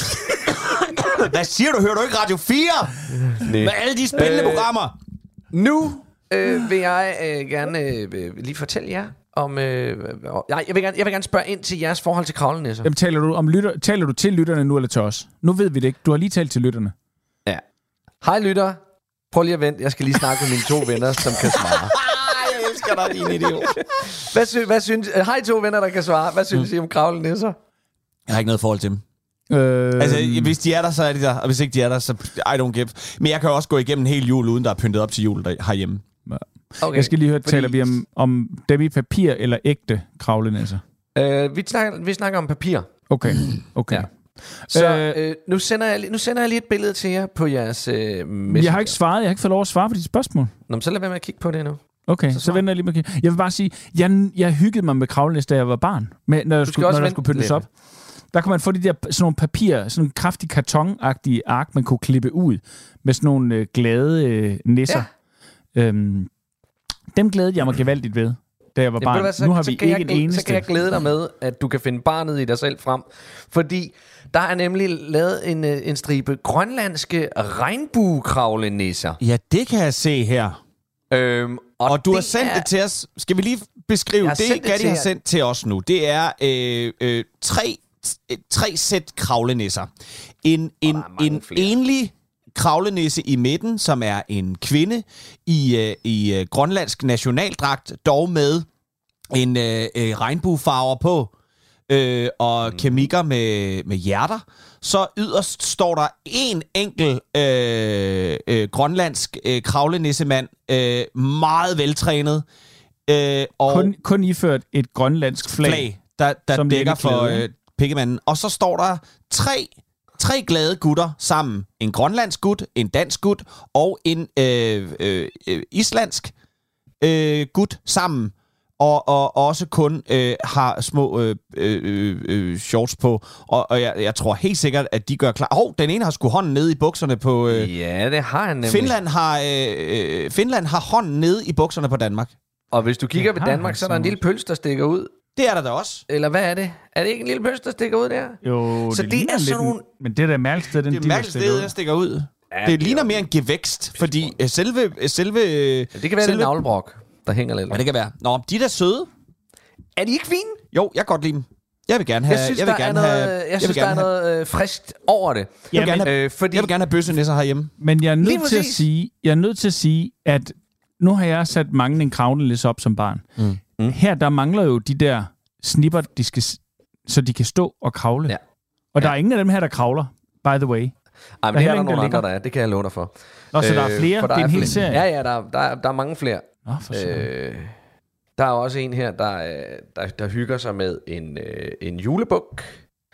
det. Hvad siger du? Hører du ikke Radio 4? Med alle de spændende programmer? Nu vil jeg gerne lige fortælle jer om... jeg vil gerne spørge ind til jeres forhold til kravlenisser. Jamen, taler du til lytterne nu, eller til os? Nu ved vi det ikke. Du har lige talt til lytterne. Ja. Hej lytter. Prøv lige at vente. Jeg skal lige snakke med mine 2 venner, som kan svare. Jeg elsker dig, din idiot. Hvad synes... Hej 2 venner, der kan svare. Hvad synes I om kravlenisser? Jeg har ikke noget forhold til dem. Altså, hvis de er der, så er de der. Og hvis ikke de er der, så I don't give. Men jeg kan også gå igennem en hel jul, uden der er pyntet op til jul herhjemme. Okay. Jeg skal lige høre, taler vi om dem i papir eller ægte kravlenisser? Vi snakker om papir. Okay. Ja. Så nu sender jeg lige et billede til jer på jeres messenger. Jeg har ikke svaret. Jeg har ikke fået lov at svare på dit spørgsmål. Nå, men så lad være med at kigge på det nu. Okay, så venter jeg lige med at kigge. Jeg vil bare sige, jeg hyggede mig med kravlenisser, da jeg var barn. Når der skulle pyntes op. Der kunne man få de der sådan nogle papir, sådan nogle kraftige kartonagtige ark, man kunne klippe ud med sådan nogle glade nisser. Ja. Dem glædede jeg mig gevaldigt ved, da jeg var barn. Nu har vi ikke en eneste. Så kan jeg glæde dig med, at du kan finde barnet i dig selv frem. Fordi der er nemlig lavet en stribe grønlandske regnbuekravlenisser. Ja, det kan jeg se her. Og du har sendt det til os. Skal vi lige beskrive det, Gatti har sendt til os nu? Det er 3 sæt kravlenisser. En enlig kravlenisse i midten, som er en kvinde i grønlandsk nationaldragt, dog med en regnbuefarver på og kemikker med hjerter. Så yderst står der en enkelt grønlandsk kravlenissemand, meget veltrænet. Og kun iført et grønlandsk flag der dækker for pikkemanden. Og så står der tre glade gutter sammen. En grønlandsk gut, en dansk gut og en islandsk gut sammen. Og også kun har små shorts på. Og jeg tror helt sikkert, at de gør klar. Den ene har sgu hånden nede i bukserne på... ja, det har han nemlig. Finland har hånden nede i bukserne på Danmark. Og hvis du kigger på Danmark, så er der en lille pøls, der stikker ud. Det er der da også. Eller hvad er det? Er det ikke en lille pøls, der stikker ud der? Jo, så det er sådan nogle... Men det er da mærkeligt, den det er mærkeligt, der stikker ud. Ja, det ligner mere en gevækst, fordi selve det kan være en navlebrok, der hænger lidt. Ja, det kan være. Nå, de er da søde. Er de ikke fine? Jo, jeg kan godt lide dem. Jeg vil gerne have... Jeg synes, der er noget friskt over det. Jeg vil gerne have bøssenisser herhjemme. Men jeg er nødt til at sige, at nu har jeg sat mange en kravlenisse op som barn. Her, der mangler jo de der snipper, så de kan stå og kravle. Ja. Og der er ingen af dem her, der kravler, by the way. Ej, men det er der nogle andre, der er. Det kan jeg love dig for. Nå, så der er flere? Det er en hel serie? Ja, der er mange flere. Der er også en her, der hygger sig med en julebuk.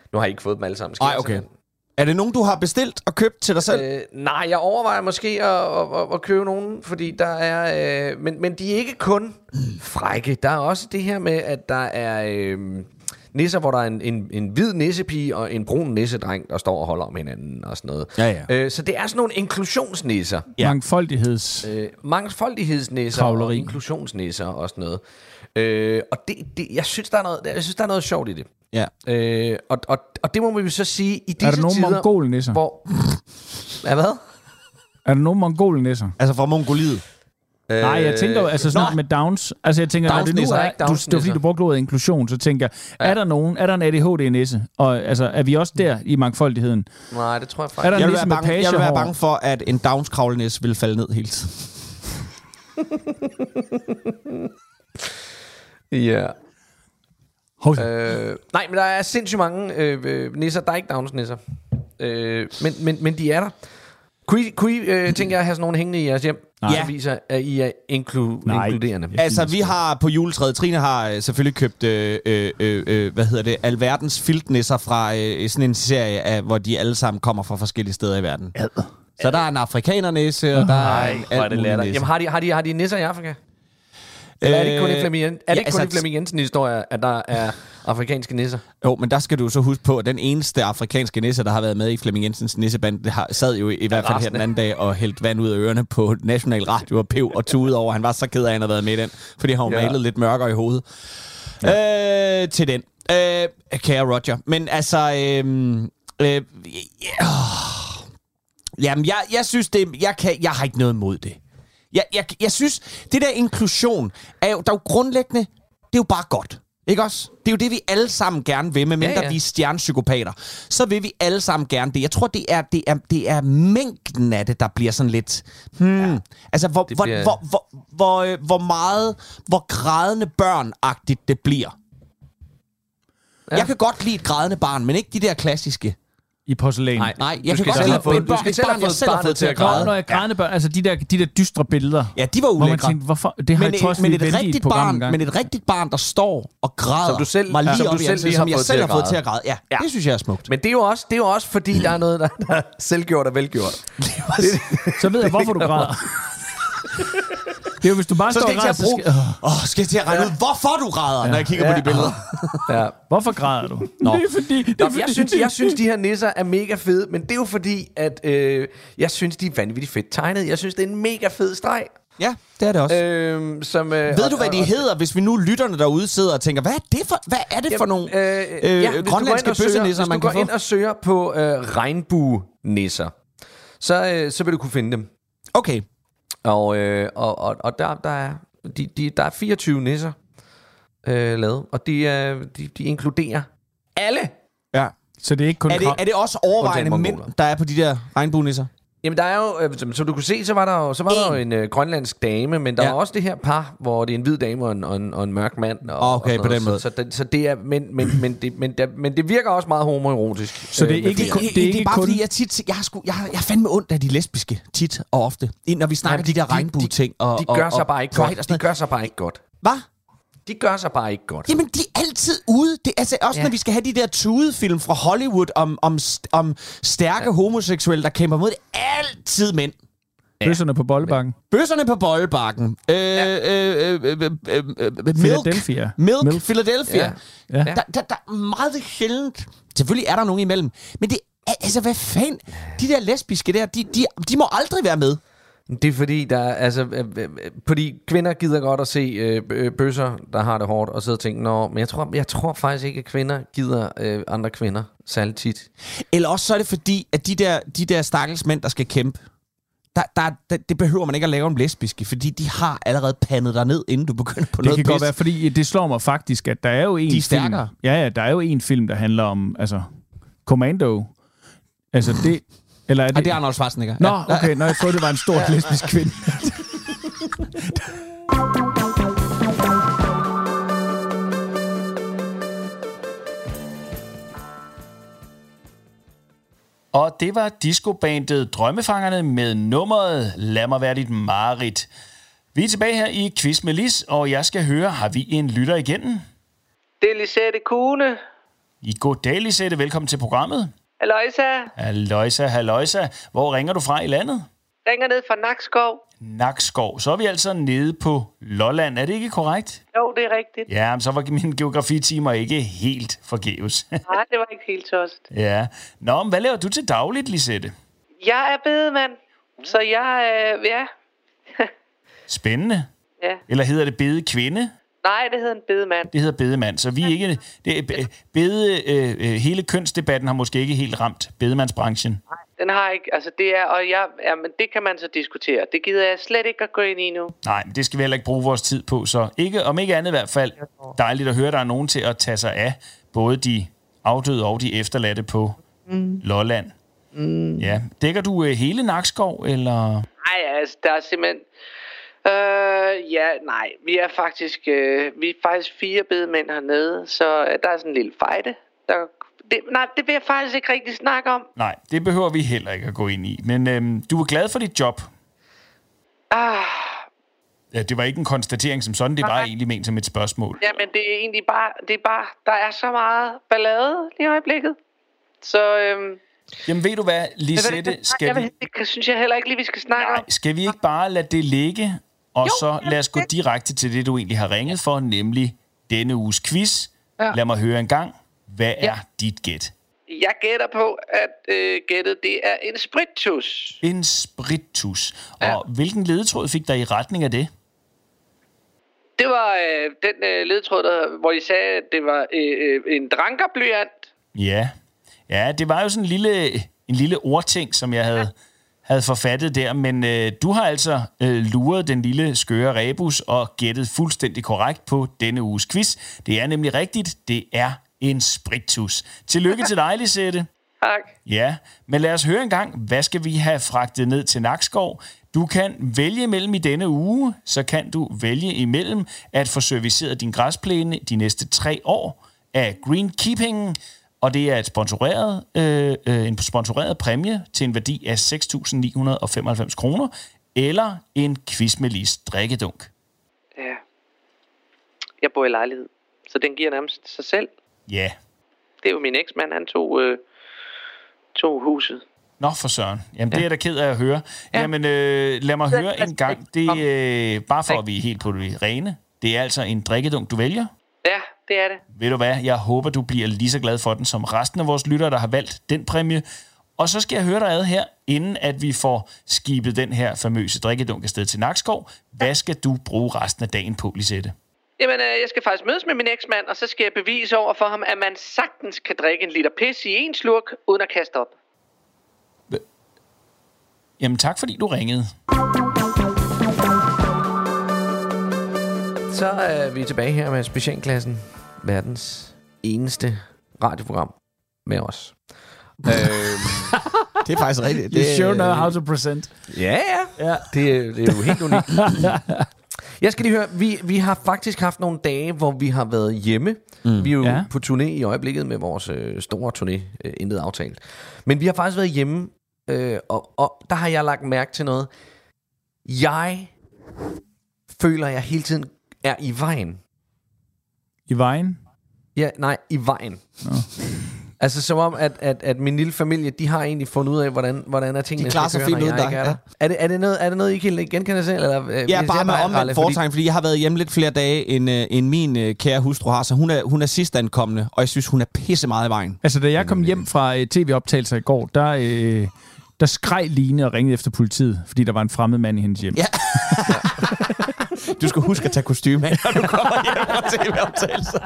Nu har jeg ikke fået dem alle sammen. Nej, okay. Er det nogen, du har bestilt og købt til dig selv? Nej, jeg overvejer måske at købe nogen, fordi der er... men de er ikke kun frække. Der er også det her med, at der er nisser, hvor der er en hvid nissepige og en brun nissedreng, der står og holder om hinanden og sådan noget. Ja. Så det er sådan nogle inklusionsnisser. Ja. Mangfoldighedsnisser og inklusionsnisser og sådan noget. Og jeg synes, der er noget sjovt i det. Ja. Og det må vi så sige i disse tider... Er der nogle mongolnisser? Hvad? Er der nogle mongolnisser? Altså fra Mongoliet? Nej, jeg tænker altså sådan med Downs. Altså jeg tænker, når det nu er... Det var fordi, du brugte ordet inklusion, så tænker jeg, er der en ADHD-nisse? Og altså, er vi også der i mangfoldigheden? Nej, det tror jeg faktisk. Er der en nisse med pagehår? Jeg vil være bange for, at en Downs-kravlenisse vil falde ned hele tiden. Ja. Nej, men der er sindssygt mange nisser. Der er ikke Downs-nisser. Men de er der. Kunne I tænke jer at have sådan nogle hængende i jeres hjem, som viser, at I er inkluderende? Altså, vi har på juletræet, Trine har selvfølgelig købt, alverdens filtnisser fra sådan en serie, af, hvor de alle sammen kommer fra forskellige steder i verden. Så der er en afrikanernisse, og der er en alt mulig nisse. Jamen, har de nisser i Afrika? Eller er det ikke kun i Flemming Jensens historie, at der er afrikanske nisser? Jo, men der skal du så huske på, at den eneste afrikanske nisse, der har været med i Flemming Jensens nisseband, sad jo i hvert fald her den anden dag og hældt vand ud af ørerne på National Radio og pev og tude over. Han var så ked af, at han havde været med i den, fordi han var malet lidt mørkere i hovedet. Til den. Kære Roger. Men altså... Jamen, jeg synes det... Jeg har ikke noget imod det. Jeg synes, det der inklusion er jo, der er jo grundlæggende, det er jo bare godt. Ikke også? Det er jo det, vi alle sammen gerne vil, medmindre vi er stjernepsykopater. Så vil vi alle sammen gerne det. Jeg tror, det er mængden af det, der bliver sådan lidt... Altså, hvor grædende børn-agtigt det bliver. Ja. Jeg kan godt lide et grædende barn, men ikke de der klassiske. I porcelæn. Nej, jeg kan godt lide et barn, jeg selv har fået til at græde. Når jeg grædende børn, altså de der dystre billeder. Ja, de var ulækre. Tænkte, hvorfor? Det har jeg trods men et rigtigt barn, der står og græder, som du selv, som jeg selv har fået til at græde. Ja, det synes jeg er smukt. Men det er jo også fordi, der er noget, der er selvgjort og velgjort. Så ved jeg, hvorfor du græder. Det er jo, hvis du bare står og græder, skal jeg til at regne ud, hvorfor du græder, når jeg kigger på de billeder. Hvorfor græder du? Nå. Det er fordi... Jeg synes, de her nisser er mega fede, men det er jo fordi, at jeg synes, de er vanvittigt fedt tegnet. Jeg synes, det er en mega fed streg. Ja, det er det også. Ved du, hvad de hedder, hvis vi nu lytterne derude sidder og tænker, hvad er det for nogle grønlandske bøssenisser, man kan få? Hvis du går ind og søger på regnbue-nisser, så vil du kunne finde dem. Okay. Og der er 24 nisser lavet, og de inkluderer alle. Ja. Så det er ikke kun... Er det også overvejende mænd, der er på de der regnbuenisser? Jamen der er jo, som du kunne se, så var der jo en grønlandsk dame, men der var også det her par, hvor det er en hvid dame og en mørk mand. Okay, på den måde. Så det er, men det virker også meget homoerotisk. Så det er ikke kun... Det er bare kun... fordi, jeg er fandme ondt af de lesbiske tit og ofte, når vi snakker de der regnbue-ting. De gør sig bare ikke godt. De gør sig bare ikke godt. Hvad? De gør sig bare ikke godt. Jamen, de er altid ude. Det, altså, også når vi skal have de der tudefilm fra Hollywood om stærke homoseksuelle, der kæmper mod det. Altid mænd. Bøsserne på bollebakken. Bøsserne på bollebakken. Philadelphia. Milk Philadelphia. Ja. Der er meget sjældent. Selvfølgelig er der nogen imellem. Men det altså, hvad fanden? De der lesbiske der, de må aldrig være med. Det er fordi, fordi kvinder gider godt at se bøsser, der har det hårdt, og sidde og tænke, men jeg tror faktisk ikke, at kvinder gider andre kvinder særligt tit. Eller også så er det fordi, at de der stakkels mænd, der skal kæmpe, det behøver man ikke at lave om lesbiske, fordi de har allerede pandet dig ned, inden du begynder på noget. Det kan godt være, fordi det slår mig faktisk, at der er jo en film. Ja, der er jo en film, der handler om Commando. Altså det... Eller er det... det er Arnold Schwarzenegger. Nå, okay. Jeg troede, det var en stor lesbisk kvinde. Og det var discobandet Drømmefangerne med nummeret Lad mig være dit mareridt. Vi er tilbage her i Quiz med Lis, og jeg skal høre, har vi en lytter igennem? Det er Lisette Kuhne. I goddag, Lisette. Velkommen til programmet. Halløjsa. Hvor ringer du fra i landet? Ringer ned fra Nakskov. Nakskov. Så er vi altså nede på Lolland. Er det ikke korrekt? Jo, det er rigtigt. Ja, men så var mine geografitimer ikke helt forgæves. Nej, det var ikke helt tosset. Ja. Nå, men hvad laver du til dagligt, Lisette? Jeg er bedemand, så jeg ja. Spændende. Ja. Eller hedder det bedekvinde? Nej, det hedder en bedemand. Det hedder bedemand, så vi er ikke... hele kønsdebatten har måske ikke helt ramt bedemandsbranchen. Nej, den har ikke... Altså, det er... Og men det kan man så diskutere. Det gider jeg slet ikke at gå ind i nu. Nej, det skal vi heller ikke bruge vores tid på, så om ikke andet i hvert fald dejligt at høre, at der er nogen til at tage sig af både de afdøde og de efterladte på Lolland. Ja. Dækker du hele Nakskov, eller...? Nej, altså, der er simpelthen... Vi er faktisk 4 bedemænd hernede, så der er sådan en lille fejde. Det vil jeg faktisk ikke rigtig snakke om. Nej, det behøver vi heller ikke at gå ind i. Men du er glad for dit job? Ja, det var ikke en konstatering som sådan, det var egentlig ment som et spørgsmål. Jamen, det er egentlig bare, der er så meget ballade lige i øjeblikket. Så Jamen ved du hvad, Lisette, det synes jeg heller ikke lige, vi skal snakke om. Skal vi ikke bare lade det ligge, og så lad os gå direkte til det, du egentlig har ringet for, nemlig denne uges quiz. Ja. Lad mig høre en gang. Hvad er dit gæt? Jeg gætter på, at gættet det er en spiritus. En spiritus. Og hvilken ledetråd fik der i retning af det? Det var den ledetråd, hvor I sagde, at det var en drankerblyant. Ja, det var jo sådan en lille ordting, som jeg havde forfattet der, men du har altså luret den lille skøre rebus og gættet fuldstændig korrekt på denne uges quiz. Det er nemlig rigtigt, det er en spiritus. Tillykke til dig, Lisette. Tak. Ja, men lad os høre en gang, hvad skal vi have fragtet ned til Nakskov? Du kan vælge imellem i denne uge, så kan du vælge imellem at få serviceret din græsplæne de næste 3 år af Greenkeeping, og det er en sponsoreret præmie til en værdi af 6.995 kroner, eller en quiz med Lis drikkedunk. Ja. Jeg bor i lejlighed, så den giver nærmest sig selv. Ja. Det er jo min eksmand, han tog huset. Nå, for søren. Jamen, det er jeg da ked af at høre. Ja. Jamen, lad mig høre en gang. Det bare for at vi er helt på det rene. Det er altså en drikkedunk, du vælger? Ja, det er det. Ved du hvad? Jeg håber, du bliver lige så glad for den, som resten af vores lyttere, der har valgt den præmie. Og så skal jeg høre dig ad her, inden at vi får skibet den her famøse drikkedunk afsted til Nakskov. Hvad skal du bruge resten af dagen på, Lisette? Jamen, jeg skal faktisk mødes med min eksmand, og så skal jeg bevise over for ham, at man sagtens kan drikke en liter pis i en slurk, uden at kaste op. Jamen, tak fordi du ringede. Så er vi tilbage her med Specialklassen. Verdens eneste radioprogram med os. Det er faktisk rigtigt. You sure know how to present. Ja. Det er jo helt unikt. Jeg skal lige høre, vi har faktisk haft nogle dage, hvor vi har været hjemme. Vi er jo på turné i øjeblikket med vores store turné, intet aftalt. Men vi har faktisk været hjemme, og der har jeg lagt mærke til noget. Jeg føler, jeg hele tiden er i vejen. I vejen? Ja, nej, i vejen. No. Altså som om, at min lille familie, de har egentlig fundet ud af, hvordan er tingene. De klarer sig fint uden dig. Ja. Er det noget, I kan genkende selv? Eller, ja, bare med omvendt foretegn, fordi jeg har været hjemme lidt flere dage, end min kære hustru har, så hun er sistankommende, og jeg synes, hun er pisse meget i vejen. Altså, da jeg kom hjem fra tv-optagelser i går, der skreg Line og ringede efter politiet, fordi der var en fremmed mand i hendes hjem. Ja. Du skal huske at tage kostyme af, når du kommer hjem fra tv-optagelser.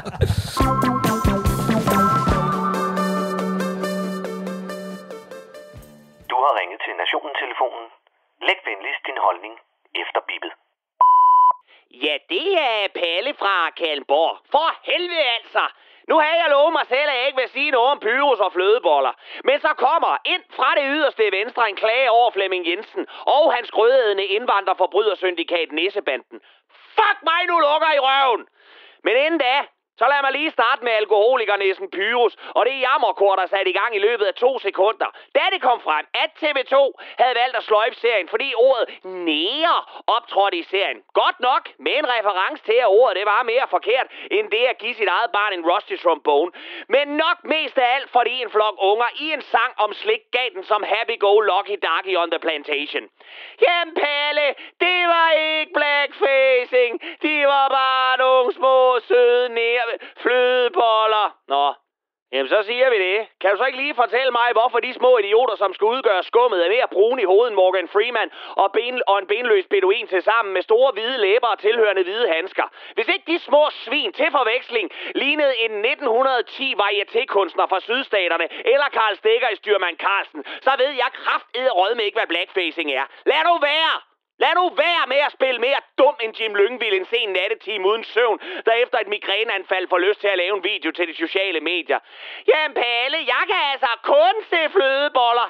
Du har ringet til Nationen-telefonen. Læg venligst din holdning efter bippet. Ja, det er Palle fra Kalmborg. For helvede altså! Nu har jeg lovet mig selv, at jeg ikke vil sige noget om pyrus og flødeboller. Men så kommer ind fra det yderste venstre en klage over Flemming Jensen og hans grødædende indvandrerforbrydersyndikat Nissebanden. Fuck mig, nu lukker i røven! Men inden da, Så lad mig lige starte med alkoholikernæsen Pyrus, og det jammerkor, der satte i gang i løbet af 2 sekunder. Da det kom frem, at TV2 havde valgt at sløjfe serien, fordi ordet nære optrådte i serien. Godt nok, med en reference til, at ordet det var mere forkert, end det at give sit eget barn en rusty trombone. Men nok mest af alt, fordi en flok unger i en sang om slik gav den som happy-go-lucky-ducky on the plantation. Jamen Palle, det var ikke blackfacing, de var bare nogle små søde nære flødeboller. Nå, jamen så siger vi det. Kan du så ikke lige fortælle mig, hvorfor de små idioter, som skal udgøre skummet, er mere brune i hovedet Morgan Freeman og en benløs beduin til sammen med store hvide læber og tilhørende hvide handsker? Hvis ikke de små svin til forveksling lignede en 1910 varietékunstner fra sydstaterne eller Karl Stikker i Styrmand Carlsen, så ved jeg kraftedderrødme ikke, hvad blackfacing er. Lad nu være! Lad nu være med at spille mere dum end Jim Lyngvild en sen nattetime uden søvn, der efter et migræneanfald får lyst til at lave en video til de sociale medier. Jamen Palle, jeg kan altså kun se flødeboller.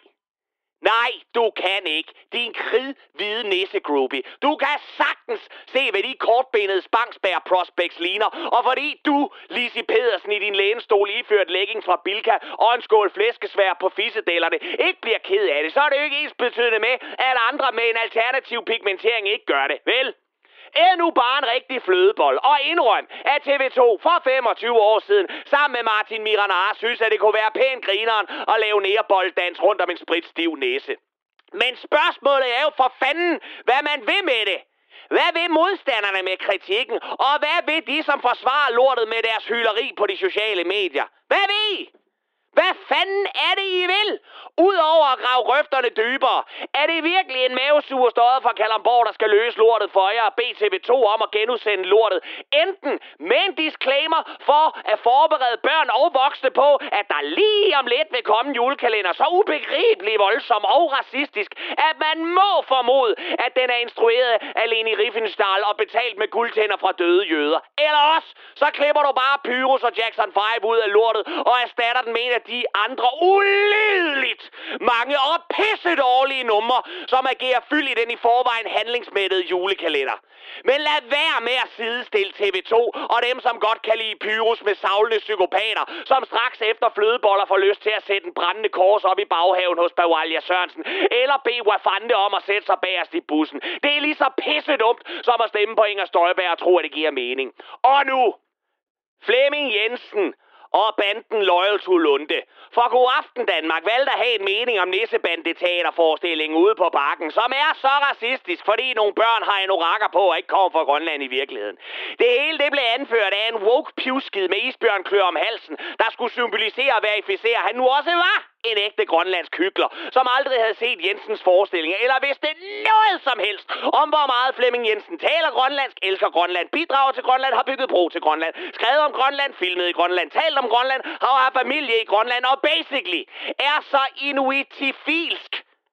Nej, du kan ikke. Din kridhvide nissegroupie. Du kan sagtens se, hvad de kortbenede Spangsberg prospects ligner. Og fordi du, Lizzie Pedersen, i din lænestol iført leggings fra Bilka og en skål flæskesvær på fissedellerne, ikke bliver ked af det, så er det jo ikke ensbetydende med, at andre med en alternativ pigmentering ikke gør det, vel? Er nu bare en rigtig flødebold, og indrøm, at TV2 for 25 år siden, sammen med Martin Miranar, synes, at det kunne være pænt grineren at lave nærbolddans rundt om en spritstiv næse. Men spørgsmålet er jo for fanden, hvad man vil med det. Hvad vil modstanderne med kritikken, og hvad vil de, som forsvarer lortet med deres hyleri på de sociale medier? Hvad vil I? Hvad fanden er det, I vil? Udover at grave røfterne dybere, er det virkelig en mavesuger støjet fra Kalundborg, der skal løse lortet for jer og bede TV2 om at genudsende lortet? Enten med en disclaimer for at forberede børn og voksne på, at der lige om lidt vil komme en julekalender så ubegribelig voldsom og racistisk, at man må formode, at den er instrueret af Leni Riefenstahl og betalt med guldtænder fra døde jøder. Eller også, så klipper du bare Pyrus og Jackson 5 ud af lortet og erstatter den med en af de andre ulideligt mange og pisse dårlige numre, som agerer fyld i den i forvejen handlingsmættede julekalender. Men lad være med at sidestille TV2 og dem, som godt kan lide Pyrus med savlende psykopater, som straks efter flødeboller får lyst til at sætte en brændende kors op i baghaven hos Bavalia Sørensen, eller bede Wafande om at sætte sig bagerst i bussen. Det er lige så pisse dumt, som at stemme på Inger Støjberg og tro, at det giver mening. Og nu, Flemming Jensen og banden Loyal to Lunde. For God Aften Danmark valgte at have en mening om nissebandeteaterforestillingen ude på Bakken, som er så racistisk, fordi nogle børn har anorakker på og ikke kommer fra Grønland i virkeligheden. Det hele det blev anført af en woke pivskid med isbjørnklør om halsen, der skulle symbolisere og verificere, at han nu også var en ægte grønlandsk hykler, som aldrig havde set Jensens forestillinger, eller vidste noget som helst om, hvor meget Flemming Jensen taler grønlandsk, elsker Grønland, bidrager til Grønland, har bygget bro til Grønland, skrevet om Grønland, filmet i Grønland, talt om Grønland, har haft familie i Grønland, og basically er så inuitifilsk,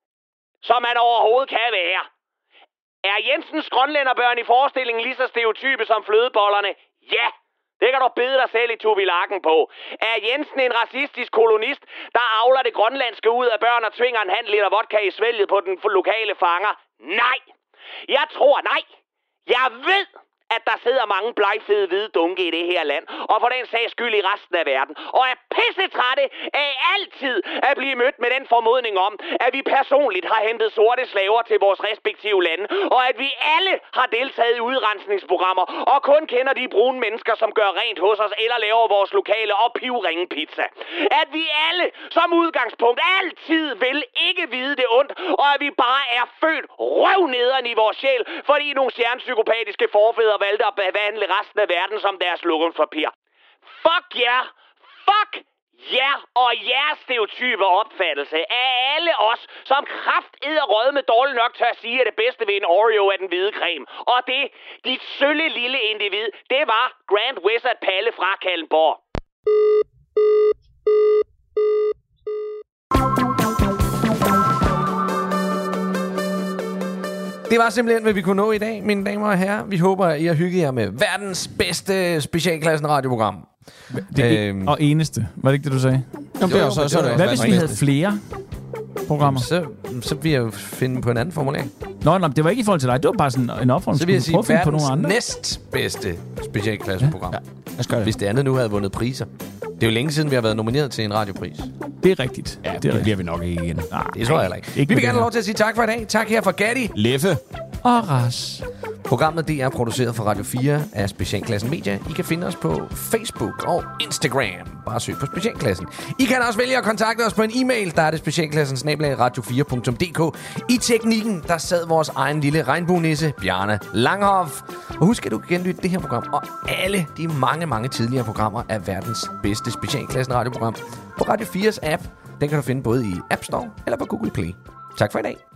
som man overhovedet kan være. Er Jensens grønlænderbørn i forestillingen lige så stereotype som flødebollerne? Ja! Det kan du bede dig selv i tubilakken på. Er Jensen en racistisk kolonist, der avler det grønlandske ud af børn og tvinger en halv liter vodka i svælget på den lokale fanger? Nej. Jeg tror nej. Jeg ved, at der sidder mange blegfede hvide dunke i det her land, og for den sags skyld i resten af verden, og er pissetrætte af altid at blive mødt med den formodning om, at vi personligt har hentet sorte slaver til vores respektive lande, og at vi alle har deltaget i udrensningsprogrammer, og kun kender de brune mennesker, som gør rent hos os, eller laver vores lokale og pivringe pizza. At vi alle som udgangspunkt altid vil ikke vide det ondt, og at vi bare er født røvnederen i vores sjæl, fordi nogle stjernepsykopatiske forfædre valgte at behandle resten af verden som deres lokumspapir. Fuck jer! Fuck jer og jeres stereotype opfattelse af alle os, som kraftedderrød med dårligt nok tør at sige, at det bedste ved en Oreo er den hvide creme. Og det, dit sølle lille individ, det var Grand Wizard Palle fra Kalundborg. Det var simpelthen, hvad vi kunne nå i dag, mine damer og herrer. Vi håber, at I har hygget jer med verdens bedste specialklassen radioprogram. Og eneste. Var det ikke det, du sagde? Hvad hvis vi havde flere programmer? Så vil jeg jo finde på en anden formulering. Nå, det var ikke i forhold til dig. Det var bare sådan en opfordring. Så vil jeg sige verdens næstbedste specialklasseprogram. Ja. Hvis det andet nu havde vundet priser. Det er jo længe siden, vi har været nomineret til en radiopris. Det er rigtigt. Ja, det bliver vi nok ikke igen. Nej, det tror jeg heller ikke. Vi vil gerne have lov til at sige tak for i dag. Tak her fra Gatti, Leffe og Ras. Programmet det er produceret for Radio 4 af Specialklassen Media. I kan finde os på Facebook og Instagram. Bare søg på Specialklassen. I kan også vælge at kontakte os på en e-mail. Der er det specialklassen@radio4.dk. I teknikken, der sad vores egen lille regnbuenisse, Bjarne Langhoff. Og husk, at du kan genlytte det her program og alle de mange, mange tidligere programmer af verdens bedste Specialklassen radioprogram på Radio 4's app. Den kan du finde både i App Store eller på Google Play. Tak for i dag.